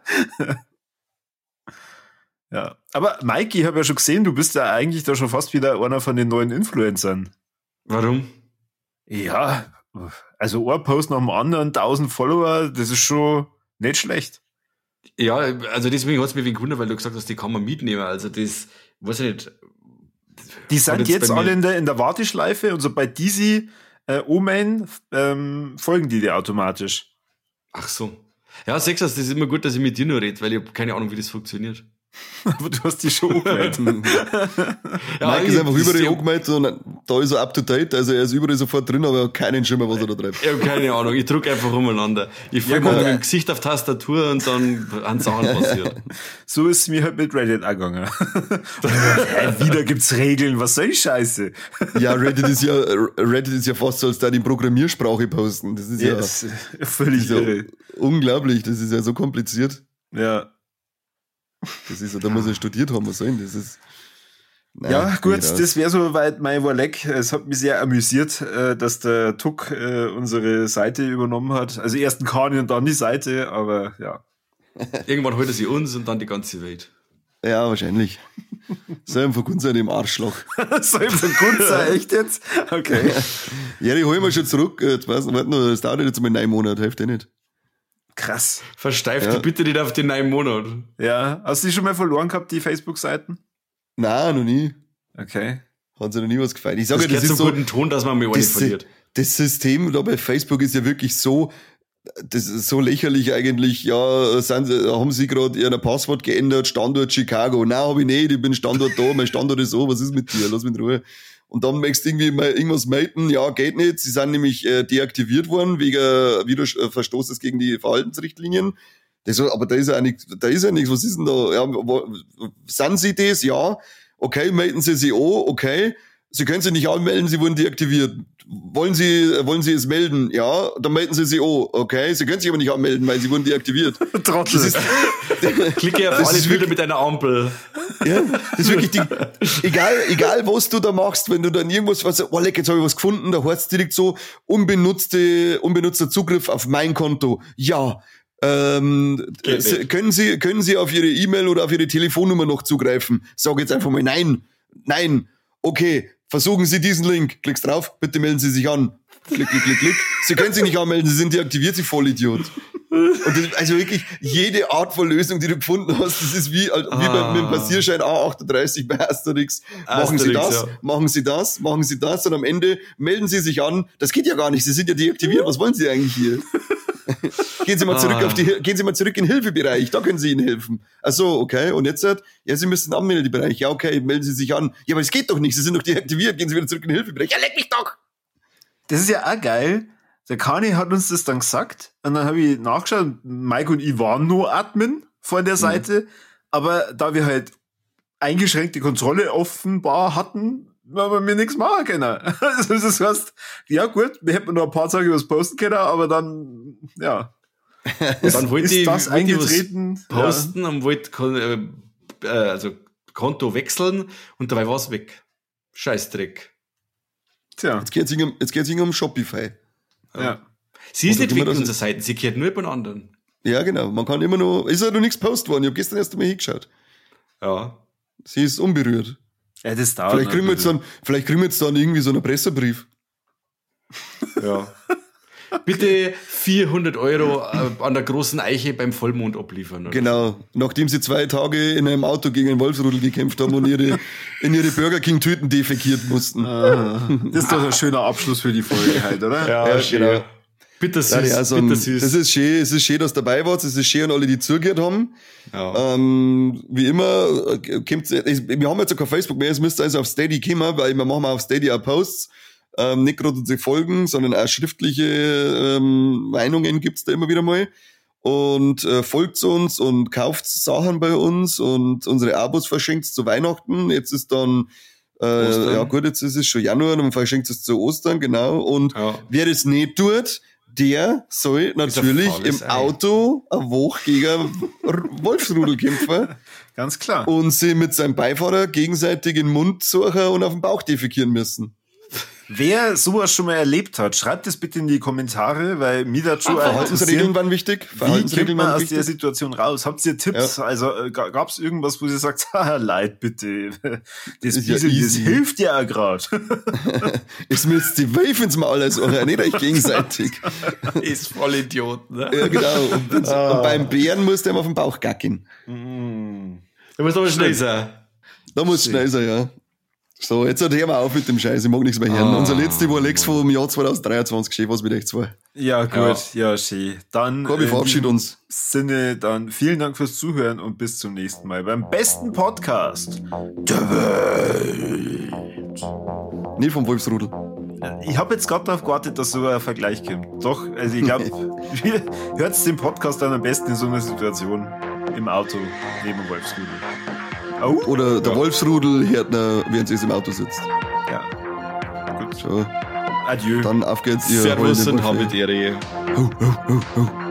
Ja. Aber Mike, ich habe ja schon gesehen, du bist ja eigentlich da schon fast wieder einer von den neuen Influencern. Warum? Ja, also ein Post nach dem anderen, tausend Follower, das ist schon nicht schlecht. Ja, also deswegen hat's mir wegen gewundert, weil du gesagt hast, die kann man mitnehmen. Also das, weiß ich nicht. Die Hat sind jetzt jetzt bei mir- alle in der, in der Warteschleife und so bei Deezy, äh, O-Main, ähm, folgen die dir automatisch. Ach so. Ja, sechs, das ist immer gut, dass ich mit dir nur rede, weil ich habe keine Ahnung, wie das funktioniert. Aber du hast die schon angemeldet. Ja, Mike ist ich- einfach das überall ist- angemeldet und da ist er up to date, also er ist überall sofort drin, aber er hat keinen Schimmer, was er da treibt. Ich habe keine Ahnung, ich drücke einfach umeinander. Ich Ja, folge gut, mal mit äh. dem Gesicht auf Tastatur und dann haben Sachen passiert. So ist es mir halt mit Reddit angegangen. Hä, wieder gibt's Regeln, was soll die Scheiße? Ja, Reddit ist ja, Reddit ist ja fast so, als da die Programmiersprache posten. Das ist ja, Yes. Völlig das ist ja irre. unglaublich, das ist ja so kompliziert. Ja. Das ist ja, da muss er studiert haben, was soll denn das? Ist, nein, Ja, gut, geht raus. das wäre soweit mein Überleg. Es hat mich sehr amüsiert, äh, dass der Tuck äh, unsere Seite übernommen hat. Also erst ein Kani und dann die Seite, aber ja. Irgendwann holt er sie uns und dann die ganze Welt. Ja, wahrscheinlich. So ein Verkunst sein im Arschloch. Soll ich von gut sein, echt jetzt? Okay. Ja, die holen wir schon zurück. Jetzt weiß ich nicht, das dauert jetzt mal neun Monate, hilft eh nicht. Krass. Versteift Ja. die bitte nicht auf den neuen Monat. Ja, hast du die schon mal verloren gehabt, die Facebook-Seiten? Nein, noch nie. Okay. Hat sich noch nie was gefallen. Ich Das sage ja, geht das so ist so, guten Ton, dass man mir nicht das, verliert. das System da bei Facebook ist ja wirklich so, das ist so lächerlich eigentlich. Ja, sind, sie- haben sie gerade ihr Passwort geändert, Standort Chicago. Nein, habe ich nicht, ich bin Standort da, mein Standort ist so, was ist mit dir? Lass mich in Ruhe. Und dann möchtest du irgendwie mal irgendwas melden, ja, geht nicht. Sie sind nämlich äh, deaktiviert worden wegen Widerverstoßes gegen die Verhaltensrichtlinien. Das, aber da ist ja nichts, da ist ja nichts, was ist denn da? Ja, wo, sind Sie das? Ja. Okay, melden Sie sich an, okay. Sie können sich nicht anmelden, Sie wurden deaktiviert. Wollen Sie, wollen Sie es melden? Ja, dann melden Sie sich an. Okay, Sie können sich aber nicht anmelden, weil Sie wurden deaktiviert. Trottel. Das ist, Klicke auf Das alle ist Bilder wirklich- mit einer Ampel. ja, das ist wirklich die, egal, egal was du da machst, wenn du dann irgendwas, was, oh leck, jetzt habe ich was gefunden, da heißt direkt so, unbenutzte, unbenutzter Zugriff auf mein Konto. Ja. Ähm, Geht Sie- nicht. können Sie, können Sie auf Ihre E-Mail oder auf Ihre Telefonnummer noch zugreifen? Sag jetzt einfach mal nein. Nein. Okay. Versuchen Sie diesen Link. Klickst drauf. Bitte melden Sie sich an. Klick, klick, klick, klick. Sie können sich nicht anmelden. Sie sind deaktiviert, Sie Vollidiot. Und das, also wirklich, jede Art von Lösung, die du gefunden hast, das ist wie, wie beim, mit dem Passierschein A achtunddreißig bei Asterix. Machen Sie Asterix, das, ja. machen Sie das, machen Sie das und am Ende melden Sie sich an. Das geht ja gar nicht, Sie sind ja deaktiviert. Was wollen Sie eigentlich hier? Gehen Sie mal zurück Ah. auf die, gehen Sie mal zurück in den Hilfebereich, da können Sie Ihnen helfen. Ach so, okay. Und jetzt, halt, ja, Sie müssen Anmeldebereich. Ja, okay, melden Sie sich an. Ja, aber es geht doch nicht, Sie sind doch deaktiviert. Gehen Sie wieder zurück in den Hilfebereich. Ja, leck mich doch! Das ist ja auch geil. Der Kani hat uns das dann gesagt und dann habe ich nachgeschaut. Mike und ich waren nur Admin von der Seite, aber da wir halt eingeschränkte Kontrolle offenbar hatten, haben wir nichts machen können. Also das heißt, ja gut, wir hätten noch ein paar Tage was posten können, aber dann, ja. Ist, Dann wollte ist ich- das wollte ich was eingetreten? Posten und wollte Kon- äh, äh, also Konto wechseln und dabei war es weg. Scheißdreck. Ja. Tja, Jetzt geht's um, jetzt geht's um Shopify. ja. Sie ist Oder nicht tun wir weg das unserer Seite, sie kehrt nur über den anderen. Ja, genau. Man kann immer noch, ist ja noch nichts post worden. Ich habe gestern erst einmal hingeschaut. Ja. Sie ist unberührt. Ja, das dauert Vielleicht noch kriegen wir ein jetzt dann, vielleicht kriegen wir jetzt dann irgendwie so einen Pressebrief. Ja. bitte vierhundert Euro an der großen Eiche beim Vollmond abliefern. Oder? Genau. Nachdem sie zwei Tage in einem Auto gegen einen Wolfsrudel gekämpft haben und ihre, in ihre Burger King Tüten defekiert mussten. Das ist doch ein schöner Abschluss für die Folge halt, oder? Ja, ja genau. Bittersüß, ja, also, bittersüß. Das ist schön, es ist schön, dass ihr dabei wart, es ist schön an alle, die zugehört haben. Ja. Ähm, wie immer, äh, kommt, wir haben jetzt auch kein Facebook mehr, es müsst also auf Steady kommen, weil wir machen auf Steady auch Posts, ähm, nicht gerade unsere Folgen, sondern auch schriftliche ähm, Meinungen gibt's da immer wieder mal. Und äh, folgt uns und kauft Sachen bei uns und unsere Abos verschenkt zu Weihnachten. Jetzt ist dann äh, ja gut, jetzt ist es schon Januar und man verschenkt es zu Ostern, genau. Und Ja. wer das nicht tut, der soll natürlich im Ei. Auto eine Woche gegen Wolfsrudel kämpfen Ganz klar. und sie mit seinem Beifahrer gegenseitig in den Mund suchen und auf den Bauch defekieren müssen. Wer sowas schon mal erlebt hat, schreibt es bitte in die Kommentare, weil mir das schon Verhaltensregeln waren wichtig. Wie kommt Verhaltensregeln man waren aus der wichtig. Situation raus? Habt ihr Tipps? Ja. Also äh, gab es irgendwas, wo ihr sagt, haha, leid bitte. Das, Ist ja Biesel, das easy. hilft ja auch gerade. Es müsst die Wölfe ins Maul alles machen, nicht euch gegenseitig. Ist voll Idiot, ne? Ja, genau. Und, und beim Bären musst du ihm auf den Bauch gacken. Da muss aber schnell sein. Da muss schnell sein, ja. So, jetzt hören wir auf mit dem Scheiß, ich mag nichts mehr hören. Ah, Unser letzte war Lex vom Jahr zwanzig dreiundzwanzig, schön, was mit euch zwei. Ja, gut, ja, schön. Dann Komm, wir äh, verabschieden in uns. Sinne, dann vielen Dank fürs Zuhören und bis zum nächsten Mal beim besten Podcast der Welt. Nicht vom Wolfsrudel. Ich habe jetzt gerade darauf gewartet, dass so ein Vergleich kommt. Doch, also ich glaube, hört den Podcast dann am besten in so einer Situation im Auto neben dem Wolfsrudel. Oh, Oder der Ja. Wolfsrudel hört noch, während sie im Auto sitzt. ja. Gut. So, Adieu. dann auf geht's, ihr Servus holden und Wölfe. habe die Ehre. Ho, ho, ho, ho.